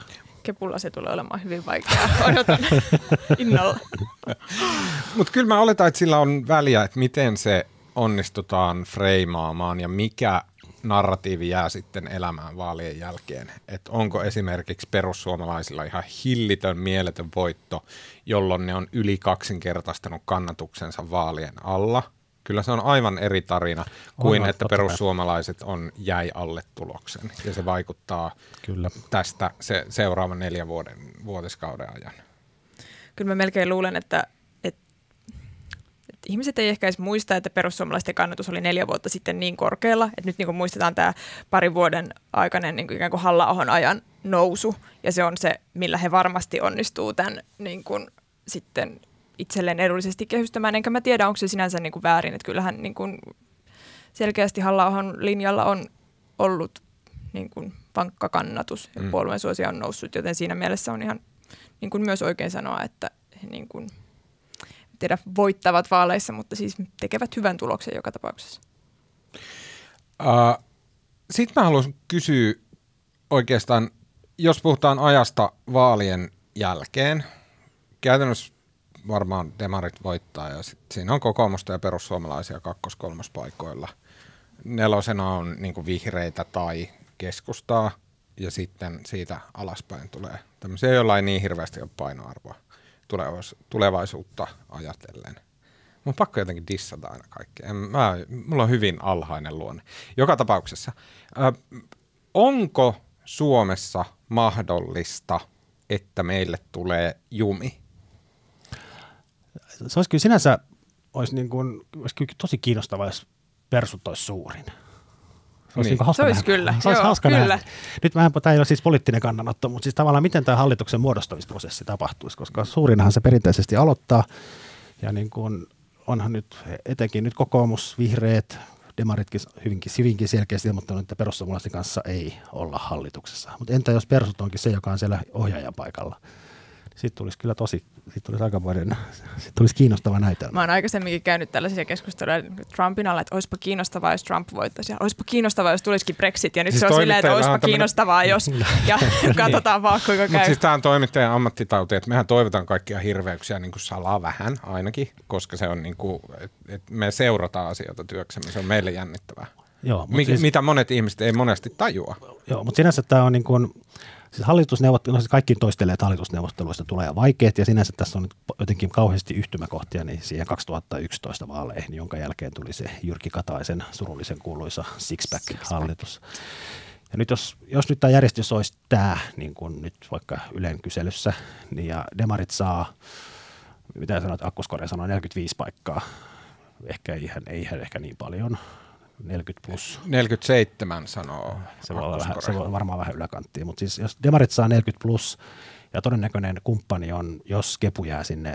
Kepulla se tulee olemaan hyvin vaikeaa. Odotan innolla. Mutta kyllä mä oletan, että sillä on väliä, että miten se onnistutaan freimaamaan ja mikä narratiivi jää sitten elämään vaalien jälkeen. Että onko esimerkiksi perussuomalaisilla ihan hillitön, mieletön voitto, jolloin ne on yli kaksinkertaistanut kannatuksensa vaalien alla. Kyllä se on aivan eri tarina kuin että perussuomalaiset jäi alle tuloksen. Ja se vaikuttaa kyllä tästä seuraavan 4 vuotiskauden ajan. Kyllä mä melkein luulen, että ihmiset ei ehkä edes muista, että perussuomalaisten kannatus oli 4 vuotta sitten niin korkealla, että nyt niin kuin muistetaan tämä parin vuoden aikainen niin kuin ikään kuin Halla-ahon ajan nousu, ja se on se, millä he varmasti onnistuu tämän niin kuin sitten itselleen edullisesti kehystämään, enkä mä tiedä, onko se sinänsä niin kuin väärin, että kyllähän niin kuin selkeästi Halla-ahon linjalla on ollut niin kuin vankka kannatus, ja puolueen suosio on noussut, joten siinä mielessä on ihan niin kuin myös oikein sanoa, että he niin kuin voittavat vaaleissa, mutta siis tekevät hyvän tuloksen joka tapauksessa. Sitten mä haluaisin kysyä oikeastaan, jos puhutaan ajasta vaalien jälkeen, käytännössä varmaan demarit voittaa ja siinä on kokoomusta ja perussuomalaisia 2-3 paikoilla. 4 on niin kuin vihreitä tai keskustaa ja sitten siitä alaspäin tulee tämmöisiä, joilla ei niin hirveästi ole painoarvoa tulevaisuutta ajatellen. Mun on pakko jotenkin dissata aina kaikkea. Mulla on hyvin alhainen luonne. Joka tapauksessa, onko Suomessa mahdollista, että meille jumi? Se olisi kyllä sinänsä olisi kyllä tosi kiinnostavaa, jos persut olisi suurin. Se olisi, niin. Se olisi kyllä. Se olisi hauska kyllä. Nyt tämä ei ole siis poliittinen kannanotto, mutta siis tavallaan miten tämä hallituksen muodostamisprosessi tapahtuisi, koska suurinhan se perinteisesti aloittaa. Ja niin kuin onhan nyt etenkin nyt kokoomus, vihreät, demaritkin hyvinkin selkeästi ilmoittanut, että perussuomalaisten kanssa ei olla hallituksessa. Mutta entä jos persut onkin se, joka on siellä ohjaajan paikalla? Sitten tulisi kyllä tulisi kiinnostava näytelmä. Mä oon aikaisemminkin käynyt tällaisia keskusteluja Trumpin alla, että olisipa kiinnostavaa, jos Trump voittaisi. Ja olisipa kiinnostavaa, jos tulisikin Brexit. Ja nyt siis se on silleen, että olisipa kiinnostavaa, jos... Ja katsotaan vaan, kuinka käy. Mutta siis tämä on toimittajan ammattitauti, että mehän toivotaan kaikkia hirveyksiä niin kuin salaa vähän ainakin, koska se on niin kuin, että me seurataan asioita työksemme. Se on meille jännittävää. Joo, mitä monet ihmiset ei monesti tajua. Joo, mutta sinänsä tämä on niin kuin... Siis hallitusneuvotteluista, kaikki toistelee, että hallitusneuvotteluista tulee vaikeat ja sinänsä tässä on nyt jotenkin kauheasti yhtymäkohtia niin siihen 2011 vaaleihin, jonka jälkeen tuli se Jyrki Kataisen surullisen kuuluisa Sixpack-hallitus. Ja nyt jos nyt tämä järjestys olisi tämä, niin kuin nyt vaikka Ylen kyselyssä, niin ja demarit saa, mitä sanoit, Akkuskorea sanoo 45 paikkaa, ei ehkä niin paljon. 40 plus. 47 sanoo. Se voi varmaan vähän yläkanttiin, mutta siis jos demarit saa 40 plus ja todennäköinen kumppani on, jos Kepu jää sinne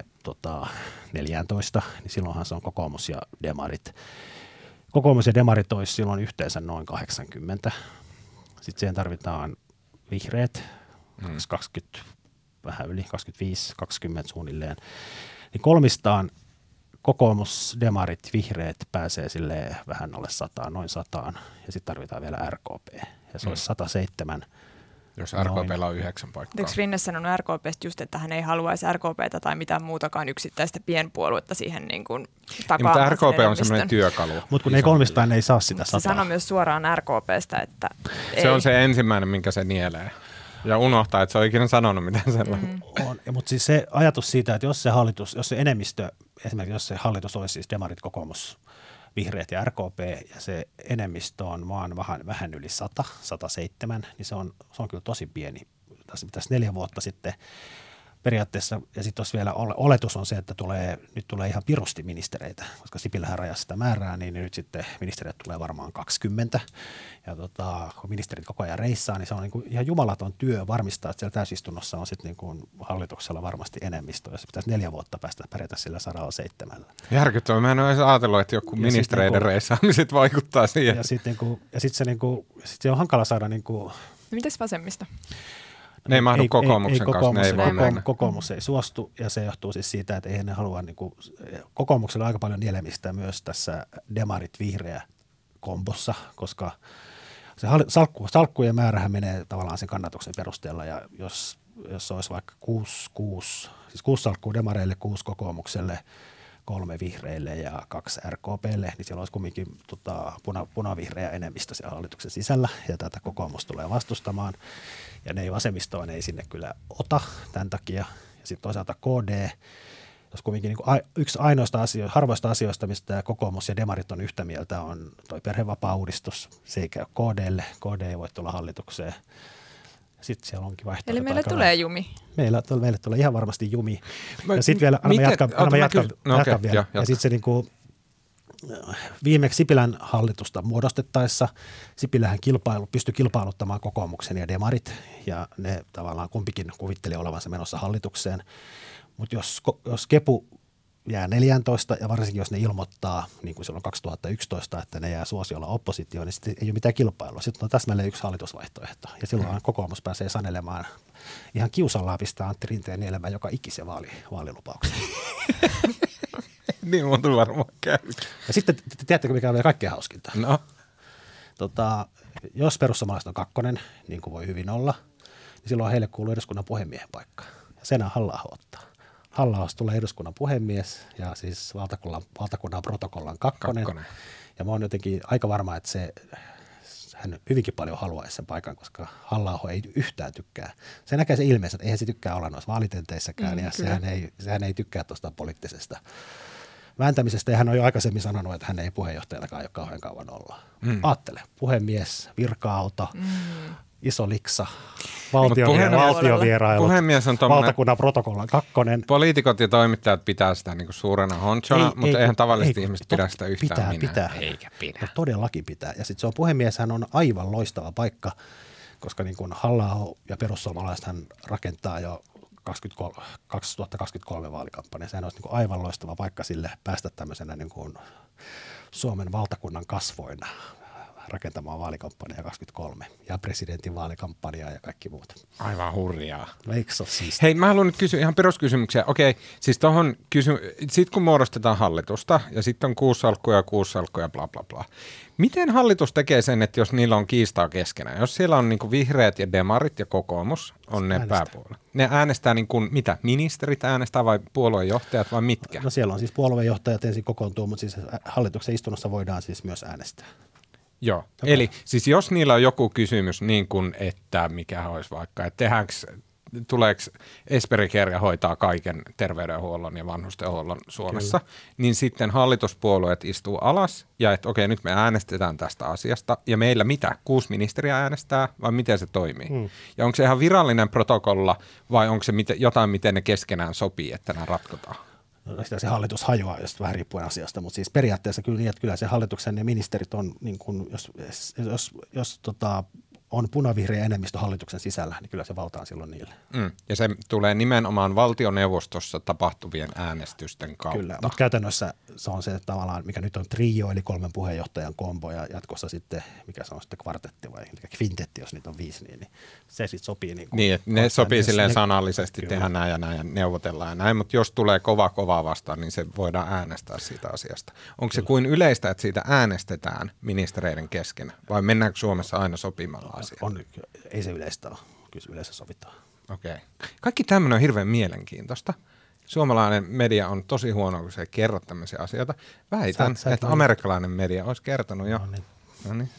14, niin silloinhan se on kokoomus ja demarit. Kokoomus ja demarit olisi silloin yhteensä noin 80. Sitten siihen tarvitaan vihreät, 20, vähän yli 25, 20 suunnilleen. Niin kolmistaan kokoomus, demarit, vihreät pääsee silleen vähän alle 100, noin 100, ja sitten tarvitaan vielä RKP. Ja se olisi 107. Jos RKP:llä on 9 paikkaa. Eikö Rinne sanonut RKP:stä just, että hän ei haluaisi RKP:tä tai mitään muutakaan yksittäistä pienpuoluetta siihen niin kuin takaamaan? Mutta RKP on semmoinen työkalu. Mutta kun ei kolmistaan, ei saa sitä 100. Se sanoi myös suoraan RKP:stä, että se on se ensimmäinen, minkä se nielee. Ja unohtaa, että se on ikinä sanonut mitään sellainen. Mutta siis se ajatus siitä, että jos se enemmistö, esimerkiksi jos se hallitus olisi siis demarit, kokoomus, vihreät ja RKP, ja se enemmistö on vaan vähän yli 100, 107, niin se on kyllä tosi pieni. Tässä pitäisi 4 vuotta sitten periaatteessa, ja sitten jos vielä oletus on se, että nyt tulee ihan pirusti ministereitä, koska Sipilähän rajasi sitä määrää, niin nyt sitten ministereitä tulee varmaan 20, ja kun ministerit koko ajan reissaa, niin se on niin kuin ihan jumalaton työ varmistaa, että siellä täysistunnossa on sitten niin kuin hallituksella varmasti enemmistö, ja se pitäisi 4 vuotta pärjätä sillä 107. Järkyttävää, mä en ole edes ajatellut, että joku ministereiden reissaamiset vaikuttaa siihen. Ja sitten se on hankala saada niin kuin... Mites vasemmista? Ne ei mahdu kokoomuksen kanssa. Kokoomus ei suostu, ja se johtuu siis siitä, että eihän ne halua, kokoomuksella on aika paljon nielemistä myös tässä demarit-vihreä kombossa, koska se salkkujen määrähän menee tavallaan sen kannatuksen perusteella, ja jos jos olisi vaikka 6 salkkuu demareille, 6 kokoomukselle, 3 vihreille ja 2 RKP:lle, niin siellä olisi kumminkin punavihreä enemmistö siellä hallituksen sisällä, ja tätä kokoomus tulee vastustamaan, ja ne ei vasemmistoon ei sinne kyllä ota tämän takia, ja sitten toisaalta KD, jos kumminkin niin yksi harvoista asioista, mistä kokoomus ja demarit on yhtä mieltä, on toi perhevapaa-uudistus, se ei käy KD:lle, KD ei voi tulla hallitukseen. Sitten siellä onkin vaihtoehto. Eli meille tulee jumi. Meille tulee ihan varmasti jumi. Ja sitten vielä, anna jatkan vielä. Ja sitten se niinku, viimeksi Sipilän hallitusta muodostettaessa Sipilähän pystyi kilpailuttamaan kokoomuksen ja demarit, ja ne tavallaan kumpikin kuvitteli olevansa menossa hallitukseen. Mutta jos Kepu jää 14, ja varsinkin jos ne ilmoittaa, niin kuin silloin 2011, että ne jää suosiolla oppositioon, niin sitten ei ole mitään kilpailua. Sitten on täsmälleen yksi hallitusvaihtoehto. Ja silloin kokoomus pääsee sanelemaan ihan kiusallaan pistää Antti Rinteen nielemään joka ikisen vaalilupauksen. Niin monta varmaan käy. Ja sitten tiedättekö, mikä on vielä kaikkein hauskinta? No. Jos perussuomalaiset on 2, niin kuin voi hyvin olla, niin silloin heille kuuluu eduskunnan puhemiehen paikka. Ja sen Halla-aho ottaa. Halla-ahosta tulee eduskunnan puhemies ja siis valtakunnan protokollan 2. Ja mä oon jotenkin aika varma, että hän hyvinkin paljon haluaisi sen paikan, koska Halla-aho ei yhtään tykkää. Se näkee se ilmeisesti, että eihän se tykkää olla noissa vaalitenteissäkään, ja sehän ei tykkää tuosta poliittisesta vääntämisestä, ja hän on jo aikaisemmin sanonut, että hän ei puheenjohtajallakaan ole kauhean kauan olla. Aattele, puhemies, virka-auto, iso liksa, valtiovierailut, valtakunnan protokollan 2. Poliitikot ja toimittajat pitää sitä niin kuin suurena honchona, mutta eihän tavalliset ihmiset pidä sitä yhtään minä. Pitää. Eikä pidä. No, todellakin pitää. Ja sitten se on puhemies, hän on aivan loistava paikka, koska niin kuin Halla-aho ja perussuomalaiset hän rakentaa jo 2023 vaalikampanja. Sehän olisi niin kuin aivan loistava paikka sille päästä tämmöisenä niin kuin Suomen valtakunnan kasvoina rakentamaan vaalikampanjaa 23 ja presidentin vaalikampanjaa ja kaikki muut. Aivan hurjaa. Eikö se ole siistiä? Hei, mä haluan nyt kysyä ihan peruskysymyksiä. Okei, siis sitten kun muodostetaan hallitusta ja sitten on 6 salkkuja, bla bla bla. Miten hallitus tekee sen, että jos niillä on kiistaa keskenään? Jos siellä on niin kuin vihreät ja demarit ja kokoomus on ne pääpuolueet. Ne äänestää niin kuin, mitä? Ministerit äänestää vai puoluejohtajat vai mitkä? No siellä on siis puoluejohtajat ensin kokoontuu, mutta siis hallituksen istunnossa voidaan siis myös äänestää. Joo, eli siis jos niillä on joku kysymys niin kuin, että mikä olisi vaikka, että tuleeko Esperi Care hoitaa kaiken terveydenhuollon ja vanhustenhuollon Suomessa, niin sitten hallituspuolueet istuu alas ja että okei, nyt me äänestetään tästä asiasta ja meillä 6 ministeriä äänestää vai miten se toimii? Ja onko se ihan virallinen protokolla vai onko se jotain, miten ne keskenään sopii, että nämä ratkotaan? No, sitä se hallitus hajoaa, jos vähän riippuen asiasta, mutta siis periaatteessa kyllä niin, että kyllä se hallituksen ja ministerit on, niin kuin, jos on punavihreä enemmistö hallituksen sisällä, niin kyllä se valta on silloin niille. Ja se tulee nimenomaan valtioneuvostossa tapahtuvien äänestysten kautta. Kyllä, mutta käytännössä se on se tavallaan, mikä nyt on trio, eli 3 puheenjohtajan kombo, ja jatkossa sitten, mikä se on sitten kvartetti vai kvintetti, jos niitä on 5, niin se sitten sopii. Niin, että ne sopii silleen sanallisesti, tehdä näin ja näin ja neuvotellaan ja näin, mutta jos tulee kovaa vastaan, niin se voidaan äänestää siitä asiasta. Onko se kuin yleistä, että siitä äänestetään ministereiden kesken, vai mennäänkö Suomessa aina sopimalla asiaa? Ei se yleistä ole, kyllä yleensä sovitaan. Okei. Kaikki tämmöinen on hirveän mielenkiintoista. Suomalainen media on tosi huono, kun se ei kerro tämmöisiä asioita. Väitän, että amerikkalainen media olisi kertonut jo. No niin.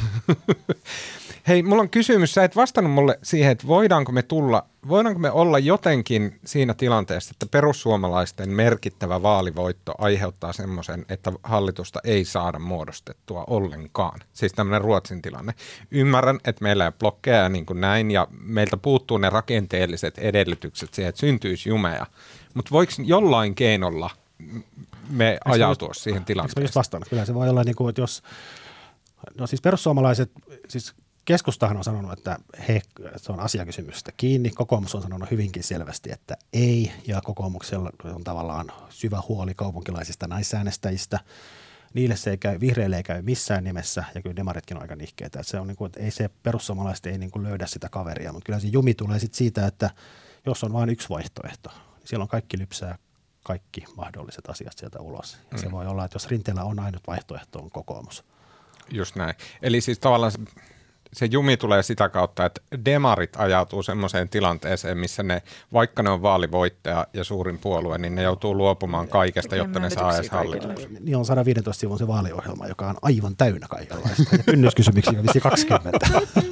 Hei, mulla on kysymys. Sä et vastannut mulle siihen, että voidaanko me olla jotenkin siinä tilanteessa, että perussuomalaisten merkittävä vaalivoitto aiheuttaa semmoisen, että hallitusta ei saada muodostettua ollenkaan. Siis tämmöinen Ruotsin tilanne. Ymmärrän, että meillä ei ole blokkeja ja niin kuin näin, ja meiltä puuttuu ne rakenteelliset edellytykset siihen, että syntyisi jumeja. Mutta voiko jollain keinolla me ajautua siihen tilanteeseen? Just vastannut. Kyllä se voi olla, niin kuin, että jos... No siis perussuomalaiset, siis keskustahan on sanonut, että se on asiakysymystä kiinni. Kokoomus on sanonut hyvinkin selvästi, että ei, ja kokoomuksella on tavallaan syvä huoli kaupunkilaisista naisäänestäjistä. Niille se ei käy, vihreille ei käy missään nimessä, ja kyllä demaritkin on aika nihkeitä. Että se on niin kuin, että ei se perussuomalaiset ei niin kuin löydä sitä kaveria, mutta kyllä se jumi tulee sitten siitä, että jos on vain yksi vaihtoehto, niin silloin kaikki lypsää kaikki mahdolliset asiat sieltä ulos. Ja se voi olla, että jos Rinteellä on ainut vaihtoehto, on kokoomus. Just näin. Eli siis tavallaan se jumi tulee sitä kautta, että demarit ajautuu semmoiseen tilanteeseen, missä ne, vaikka ne on vaalivoittaja ja suurin puolue, niin ne joutuu luopumaan kaikesta, jotta ne saa edes hallituksen. Niin on 115 sivun se vaaliohjelma, joka on aivan täynnä kaikenlaista. Ja kynnyskysymyksiä on 20.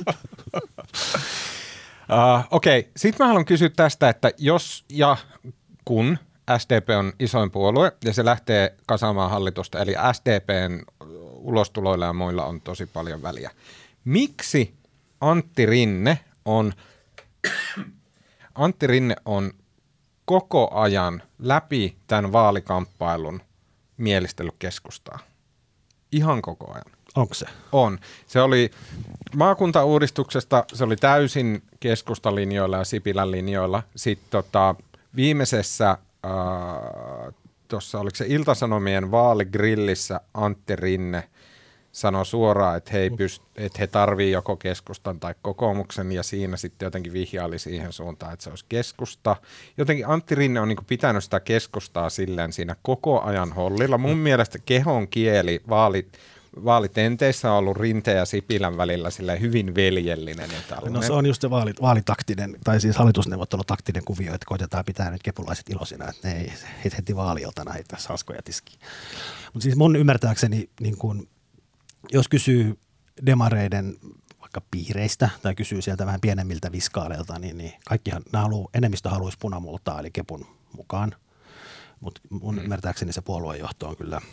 Okei, sitten mä haluan kysyä tästä, että jos ja kun SDP on isoin puolue ja se lähtee kasaamaan hallitusta, eli SDPn ulostuloilla ja muilla on tosi paljon väliä. Miksi Antti Rinne on koko ajan läpi tämän vaalikamppailun mielistellyt keskustaa? Ihan koko ajan. Onko se? On. Se oli maakuntauudistuksesta, se oli täysin keskustalinjoilla ja Sipilän linjoilla. Sitten viimeisessä, tuossa oliko se Ilta-Sanomien vaaligrillissä Antti Rinne sanoi suoraan, että he tarvii joko keskustan tai kokoomuksen, ja siinä sitten jotenkin vihjaili siihen suuntaan, että se olisi keskusta. Jotenkin Antti Rinne on niinku pitänyt sitä keskustaa silleen siinä koko ajan hollilla. Mun mielestä kehon kieli vaalitenteissä on ollut Rinteen ja Sipilän välillä silleen hyvin veljellinen. No se on just se vaalitaktinen, tai siis hallitusneuvottelutaktinen kuvio, että koitetaan pitää nyt kepulaiset ilosina, että ne ei heti vaaliiltana heitä saskoja tiskiin. Mutta siis mun ymmärtääkseni, niin kun, jos kysyy demareiden vaikka piireistä tai kysyy sieltä vähän pienemmiltä viskaaleilta, niin kaikkihan enemmistö haluaisi punamultaa eli kepun mukaan. Mutta mun ymmärtääkseni se puoluejohto on kyllä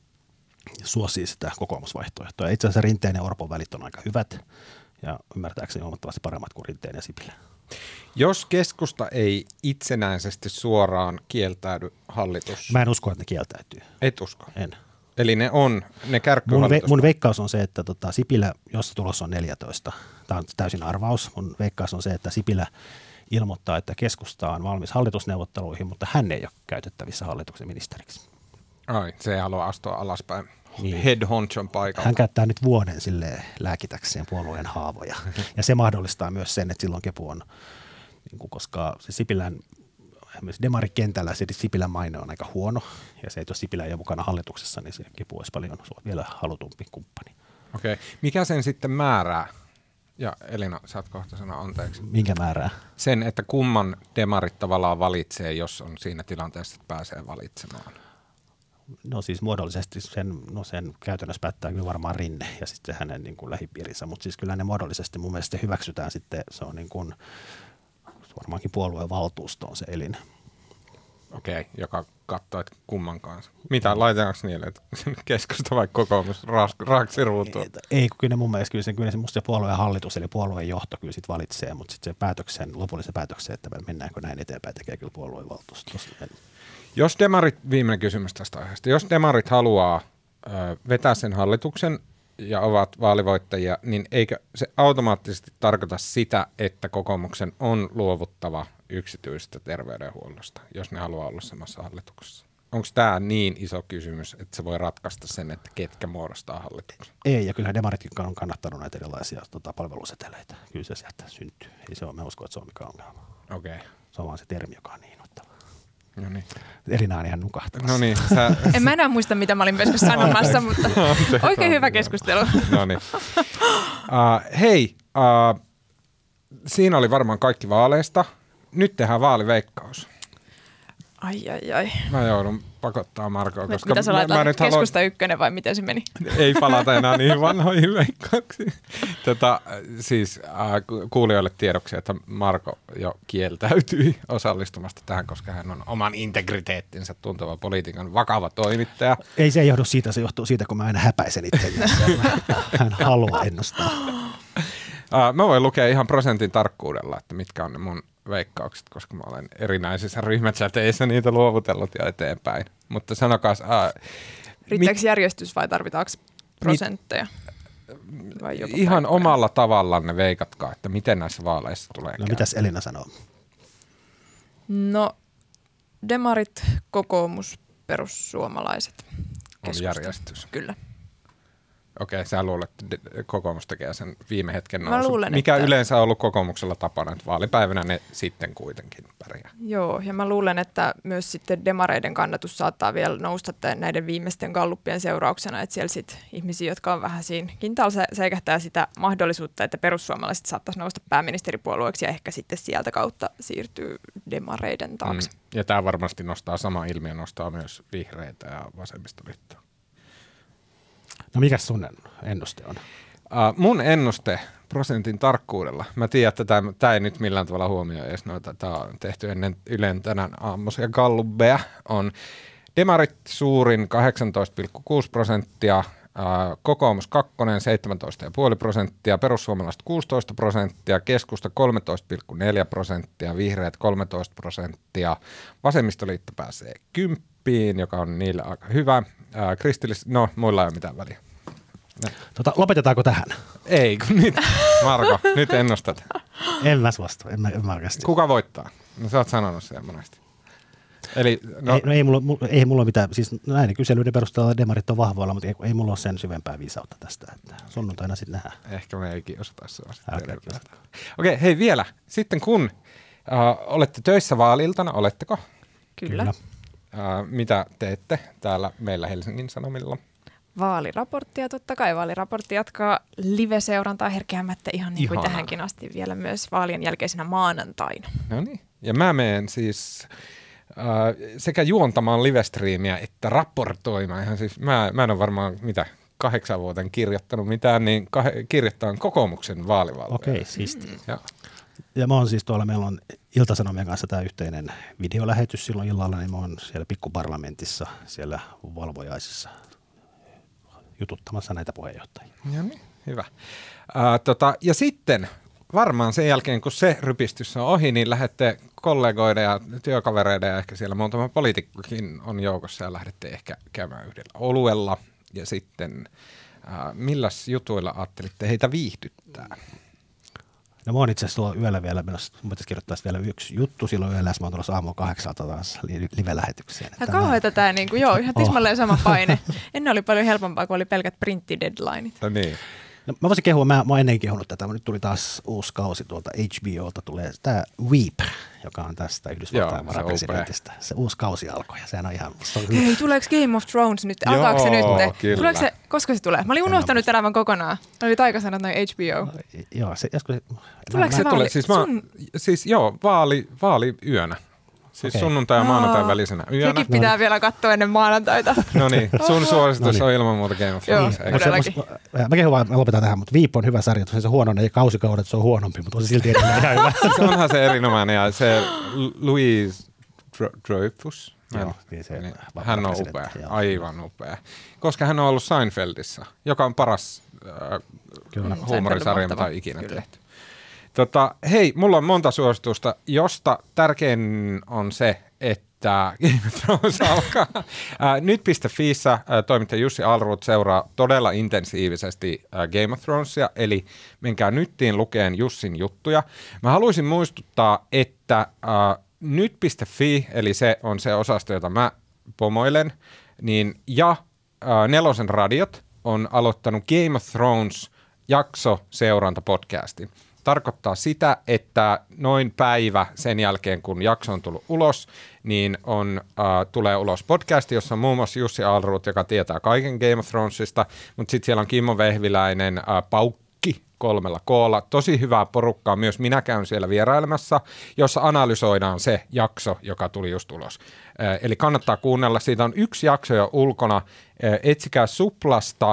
suosii sitä kokoomusvaihtoehtoa. Itse asiassa Rinteen ja Orpon välit on aika hyvät ja ymmärtääkseni huomattavasti paremmat kuin Rinteen ja Sipilä. Jos keskusta ei itsenäisesti suoraan kieltäydy hallitus... Mä en usko, että ne kieltäytyy. Et usko? En. Eli ne kärkkyy mun veikkaus on se, että Sipilä, jos tulossa on 14, tämä on täysin arvaus, mun veikkaus on se, että Sipilä ilmoittaa, että keskusta on valmis hallitusneuvotteluihin, mutta hän ei ole käytettävissä hallituksen ministeriksi. Ai, se ei halua astua alaspäin. Niin. Head honchon paikalla. Hän käyttää nyt vuoden sille lääkitäkseen puolueen haavoja. Ja se mahdollistaa myös sen, että silloin kepu on, niin koska se Sipilän, demarikentällä se Sipilän maine on aika huono. Ja se, että jos Sipilä ei ole mukana hallituksessa, niin se kepu olisi paljon vielä halutumpi kumppani. Okei. Mikä sen sitten määrää? Ja Elina, saat kohta sanoa anteeksi. Minkä määrää? Sen, että kumman demarit tavallaan valitsee, jos on siinä tilanteessa, että pääsee valitsemaan. No siis muodollisesti sen käytännössä päättää kyllä varmaan Rinne ja sitten hänen niin kuin lähipiirinsä, mutta siis kyllä ne muodollisesti mun mielestä hyväksytään sitten, se on niin kuin varmaankin puolueen valtuusto on se elin. Okei, joka katsoo, että kumman kanssa. Mitä, laitetaanko niille, että keskusta vai kokoomus raaksiruutuun? Ei, kyllä ne mun mielestä kyllä se musta se puolueen hallitus, eli puolueen johto kyllä sitten valitsee, mutta sitten se lopullisen päätöksen, että mennäänkö näin eteenpäin, tekee kyllä puolueen valtuusto. Jos demarit, viimeinen kysymys tästä aiheesta, jos demarit haluaa vetää sen hallituksen ja ovat vaalivoittajia, niin eikö se automaattisesti tarkoita sitä, että kokoomuksen on luovuttava yksityisestä terveydenhuollosta, jos ne haluaa olla samassa hallituksessa? Onko tämä niin iso kysymys, että se voi ratkaista sen, että ketkä muodostaa hallituksen? Ei, ja kyllä demaritkin on kannattanut näitä erilaisia palveluseteleitä. Kyllä se sieltä syntyy. Ei se ole, mä uskon, että se on mikään ongelma. Okei. Se on vaan se termi, joka on niin ottava. No niin. Elina on ihan nukahtamassa. No niin, en mä enää muista, mitä mä olin myös sanomassa, mutta oikein hyvä keskustelu. No niin. Hei, siinä oli varmaan kaikki vaaleista. Nyt tehdään vaaliveikkaus. Ai. Mä joudun pakottaa Markoa, koska mitä sä laitat, keskusta ykkönen vai miten se meni? Ei palata enää niihin vanhoihin veikkauksiin. Siis kuulijoille tiedoksi, että Marko jo kieltäytyi osallistumasta tähän, koska hän on oman integriteettinsä tuntuva politiikan vakava toimittaja. Ei se johdu siitä, se johtuu siitä, kun mä aina häpäisen itse. Hän haluaa ennustaa. Mä voin lukea ihan prosentin tarkkuudella, että mitkä on ne mun veikkaukset, koska mä olen erinäisissä ryhmächateissä niitä luovutellut ja eteenpäin. Mutta sanokaas... Riittääkö järjestys vai tarvitaanko prosentteja? Vai ihan paikkoja? Omalla tavallaan ne veikatkaa, että miten näissä vaaleissa tulee käydä. Mitäs Elina sanoo? No, demarit, kokoomus, perussuomalaiset. Keskusta. On järjestys. Kyllä. Okei, sä luulet, että kokoomus tekee sen viime hetken Mä nousun. luulen, Mikä että yleensä on ollut kokoomuksella tapana, että vaalipäivänä ne sitten kuitenkin pärjää. Joo, ja mä luulen, että myös sitten demareiden kannatus saattaa vielä nousta näiden viimeisten galluppien seurauksena, että siellä sitten ihmisiä, jotka on vähän siinä kintaalla säikähtää sitä mahdollisuutta, että perussuomalaiset saattaisi nousta pääministeripuolueeksi ja ehkä sitten sieltä kautta siirtyy demareiden taakse. Ja tämä varmasti sama ilmiö nostaa myös vihreitä ja vasemmistoliittoa. No mikä sun ennuste on? Mun ennuste prosentin tarkkuudella. Mä tiedän, että tämä ei nyt millään tavalla huomioi edes noita. Tämä on tehty ennen Ylen tänään aamuisia galluppeja. On demarit suurin 18,6%, kokoomus 2, 17,5%, perussuomalaiset 16%, keskusta 13,4%, vihreät 13%, vasemmistoliitto pääsee 10%, joka on niille aika hyvä. Muilla ei ole mitään väliä. Lopetetaanko tähän? Ei, kun nyt, Marko, nyt ennustat. En mä suostu, en mä oikeasti. Kuka voittaa? No sä oot sanonut sen monesti. Eli, ei mulla ole mitään, siis näiden kyselyiden perusteella demarit on vahvoilla, mutta ei mulla ole sen syvempää viisautta tästä, että sunnuntaina sitten nähdään. Ehkä me ei kiusata sua sitten. Okei, hei vielä. Sitten kun olette töissä vaali-iltana, oletteko? Kyllä. Mitä teette täällä meillä Helsingin Sanomilla? Vaaliraporttia, totta kai. Vaaliraportti jatkaa live-seurantaa herkeämättä ihan niin kuin tähänkin asti vielä myös vaalien jälkeisenä maanantaina. No niin, ja mä menen siis sekä juontamaan livestriimiä että raportoimaan. Ihan siis, mä en ole varmaan 8 vuoteen kirjoittanut mitään, niin kirjoittaa kokoomuksen vaalivalvoja. Okei, siistiä. Ja mä oon siis meillä on Ilta-Sanomien kanssa tämä yhteinen videolähetys silloin illalla, niin mä oon siellä pikkuparlamentissa, siellä valvojaisissa jututtamassa näitä puheenjohtajia. Ja niin, hyvä. Ja sitten varmaan sen jälkeen, kun se rypistys on ohi, niin lähdette kollegoiden ja työkavereiden ja ehkä siellä muutama poliitikkokin on joukossa ja lähdette ehkä käymään yhdellä oluella. Ja sitten milläs jutuilla ajattelitte heitä viihdyttää? No mä oon itse asiassa yöllä vielä menossa, mun pitäisi kirjoittaa vielä yksi juttu silloin yöllä, ja mä oon tulossa aamulla 8 taas live-lähetykseen. Kauheita tää niinku, joo, ihan tismalleen sama paine. Ennen oli paljon helpompaa, kun oli pelkät printti-deadlineit. No niin. No, mä voisin kehua, mä oon ennen kehunut tätä, mutta nyt tuli taas uusi kausi tuolta HBOlta, tulee tämä Veep, joka on tästä Yhdysvaltain varapresidentistä. Se uusi kausi alkoi ja sehän on ihan... Hei, tuleeko Game of Thrones nyt? Alkaako se nyt? Kyllä. Koska se tulee? Mä olin unohtanut elämän kokonaan. Oli taikasanat noin HBO. Joo, se joskus... Tuleeko se vaali? Vaali yönä. Siis sunnuntai ja maanantai välisenä yönä. Sekin pitää vielä katsoa ennen maanantaita. No niin, sun suositus on ilman muuta Game of Thrones. Joo, todellakin. Mä kehun vaan, mä lopetan tähän, mutta Veep on hyvä sarja, tosiaan se huono, ja kausikaudet se on huonompi, mutta on se silti edelleen ihan hyvä. Se onhan se erinomainen ja se Louis Dreyfus. Hän on upea, aivan upea. Koska hän on ollut Seinfeldissä, joka on paras huumorisarja, mitä on ikinä tehty. Hei, mulla on monta suositusta, josta tärkein on se, että Game of Thrones alkaa. Nyt.fiissä toimittaja Jussi Alrut seuraa todella intensiivisesti Game of Thronesia, eli menkää Nyttiin lukeen Jussin juttuja. Mä haluaisin muistuttaa, että nyt.fi, eli se on se osasto, jota mä pomoilen, niin, ja Nelosen radiot on aloittanut Game of Thrones jaksoseurantapodcastin. Tarkoittaa sitä, että noin päivä sen jälkeen, kun jakso on tullut ulos, niin tulee ulos podcasti, jossa on muun muassa Jussi Alrut, joka tietää kaiken Game of Thronesista, mutta sitten siellä on Kimmo Vehviläinen, Paukki 3 koolla. Tosi hyvää porukkaa, myös minä käyn siellä vierailemassa, jossa analysoidaan se jakso, joka tuli just ulos. Eli kannattaa kuunnella, siitä on yksi jakso jo ulkona, etsikää Suplasta,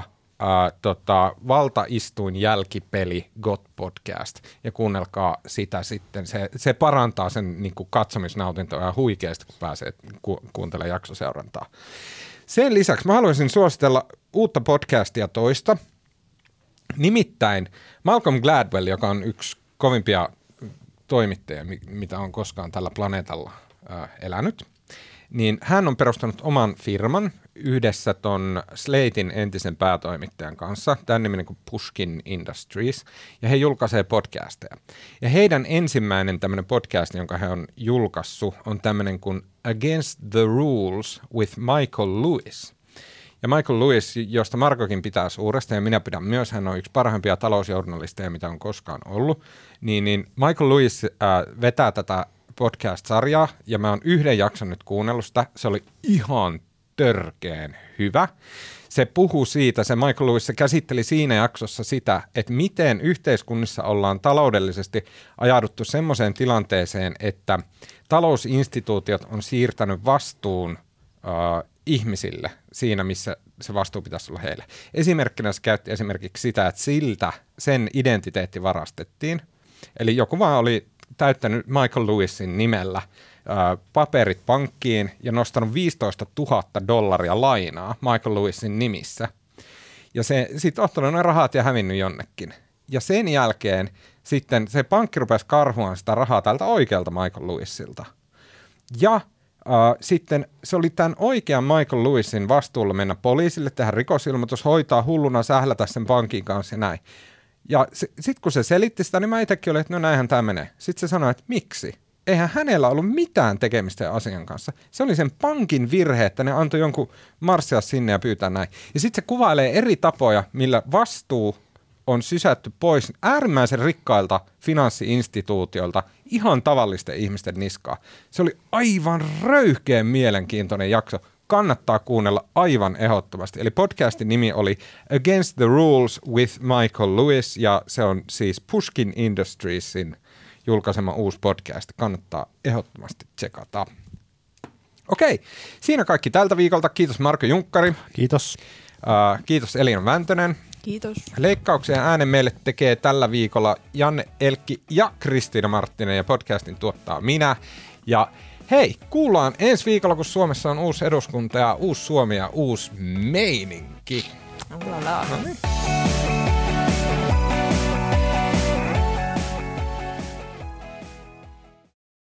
valtaistuin jälkipeli GOT-podcast ja kuunnelkaa sitä sitten. Se parantaa sen niin kuin katsomisnautintoa ja huikeasti, kun pääsee kuuntelemaan jaksoseurantaa. Sen lisäksi mä haluaisin suositella uutta podcastia toista. Nimittäin Malcolm Gladwell, joka on yksi kovimpia toimittajia, mitä on koskaan tällä planeetalla elänyt, niin hän on perustanut oman firman yhdessä ton Slatein entisen päätoimittajan kanssa, tämän niminen kuin Pushkin Industries, ja he julkaisee podcasteja. Ja heidän ensimmäinen tämmöinen podcast, jonka he on julkaissut, on tämmöinen kuin Against the Rules with Michael Lewis. Ja Michael Lewis, josta Markokin pitää suuresta, ja minä pidän myös, hän on yksi parhaimpia talousjournalisteja, mitä on koskaan ollut, niin Michael Lewis vetää tätä podcast-sarjaa, ja mä oon yhden jakson nyt kuunnellut sitä. Se oli ihan törkeen hyvä. Se puhuu siitä, se Michael Lewis se käsitteli siinä jaksossa sitä, että miten yhteiskunnissa ollaan taloudellisesti ajauduttu semmoiseen tilanteeseen, että talousinstituutiot on siirtänyt vastuun ihmisille siinä, missä se vastuu pitäisi olla heille. Esimerkkinä se käytti esimerkiksi sitä, että sen identiteetti varastettiin. Eli joku vaan oli täyttänyt Michael Lewisin nimellä paperit pankkiin ja nostanut $15,000 lainaa Michael Lewisin nimissä. Ja se sitten ottanut ne rahat ja hävinnyt jonnekin. Ja sen jälkeen sitten se pankki rupesi karhuaan sitä rahaa tältä oikealta Michael Lewisilta. Ja sitten se oli tämän oikean Michael Lewisin vastuulla mennä poliisille, tehdä rikosilmoitus, hoitaa hulluna, sählätä sen pankin kanssa ja näin. Ja sitten kun se selitti sitä, niin mä itsekin olin, että no näinhän tämä menee. Sitten se sanoi, että miksi? Eihän hänellä ollut mitään tekemistä asian kanssa. Se oli sen pankin virhe, että ne antoi jonkun marssia sinne ja pyytää näin. Ja sitten se kuvailee eri tapoja, millä vastuu on sysätty pois äärimmäisen rikkailta finanssi-instituutioilta ihan tavallisten ihmisten niskaa. Se oli aivan röyhkeän mielenkiintoinen jakso. Kannattaa kuunnella aivan ehdottomasti. Eli podcastin nimi oli Against the Rules with Michael Lewis, ja se on siis Pushkin Industriesin julkaisema uusi podcast. Kannattaa ehdottomasti tsekata. Okei, siinä kaikki tältä viikolta. Kiitos Marko Junkkari. Kiitos. Kiitos Elina Väntönen. Kiitos. Leikkauksen äänen meille tekee tällä viikolla Janne Elkki ja Kristiina Marttinen, ja podcastin tuottaa minä. Ja hei, kuullaan ensi viikolla, kun Suomessa on uusi eduskunta ja uusi Suomi ja uusi meininki. No niin.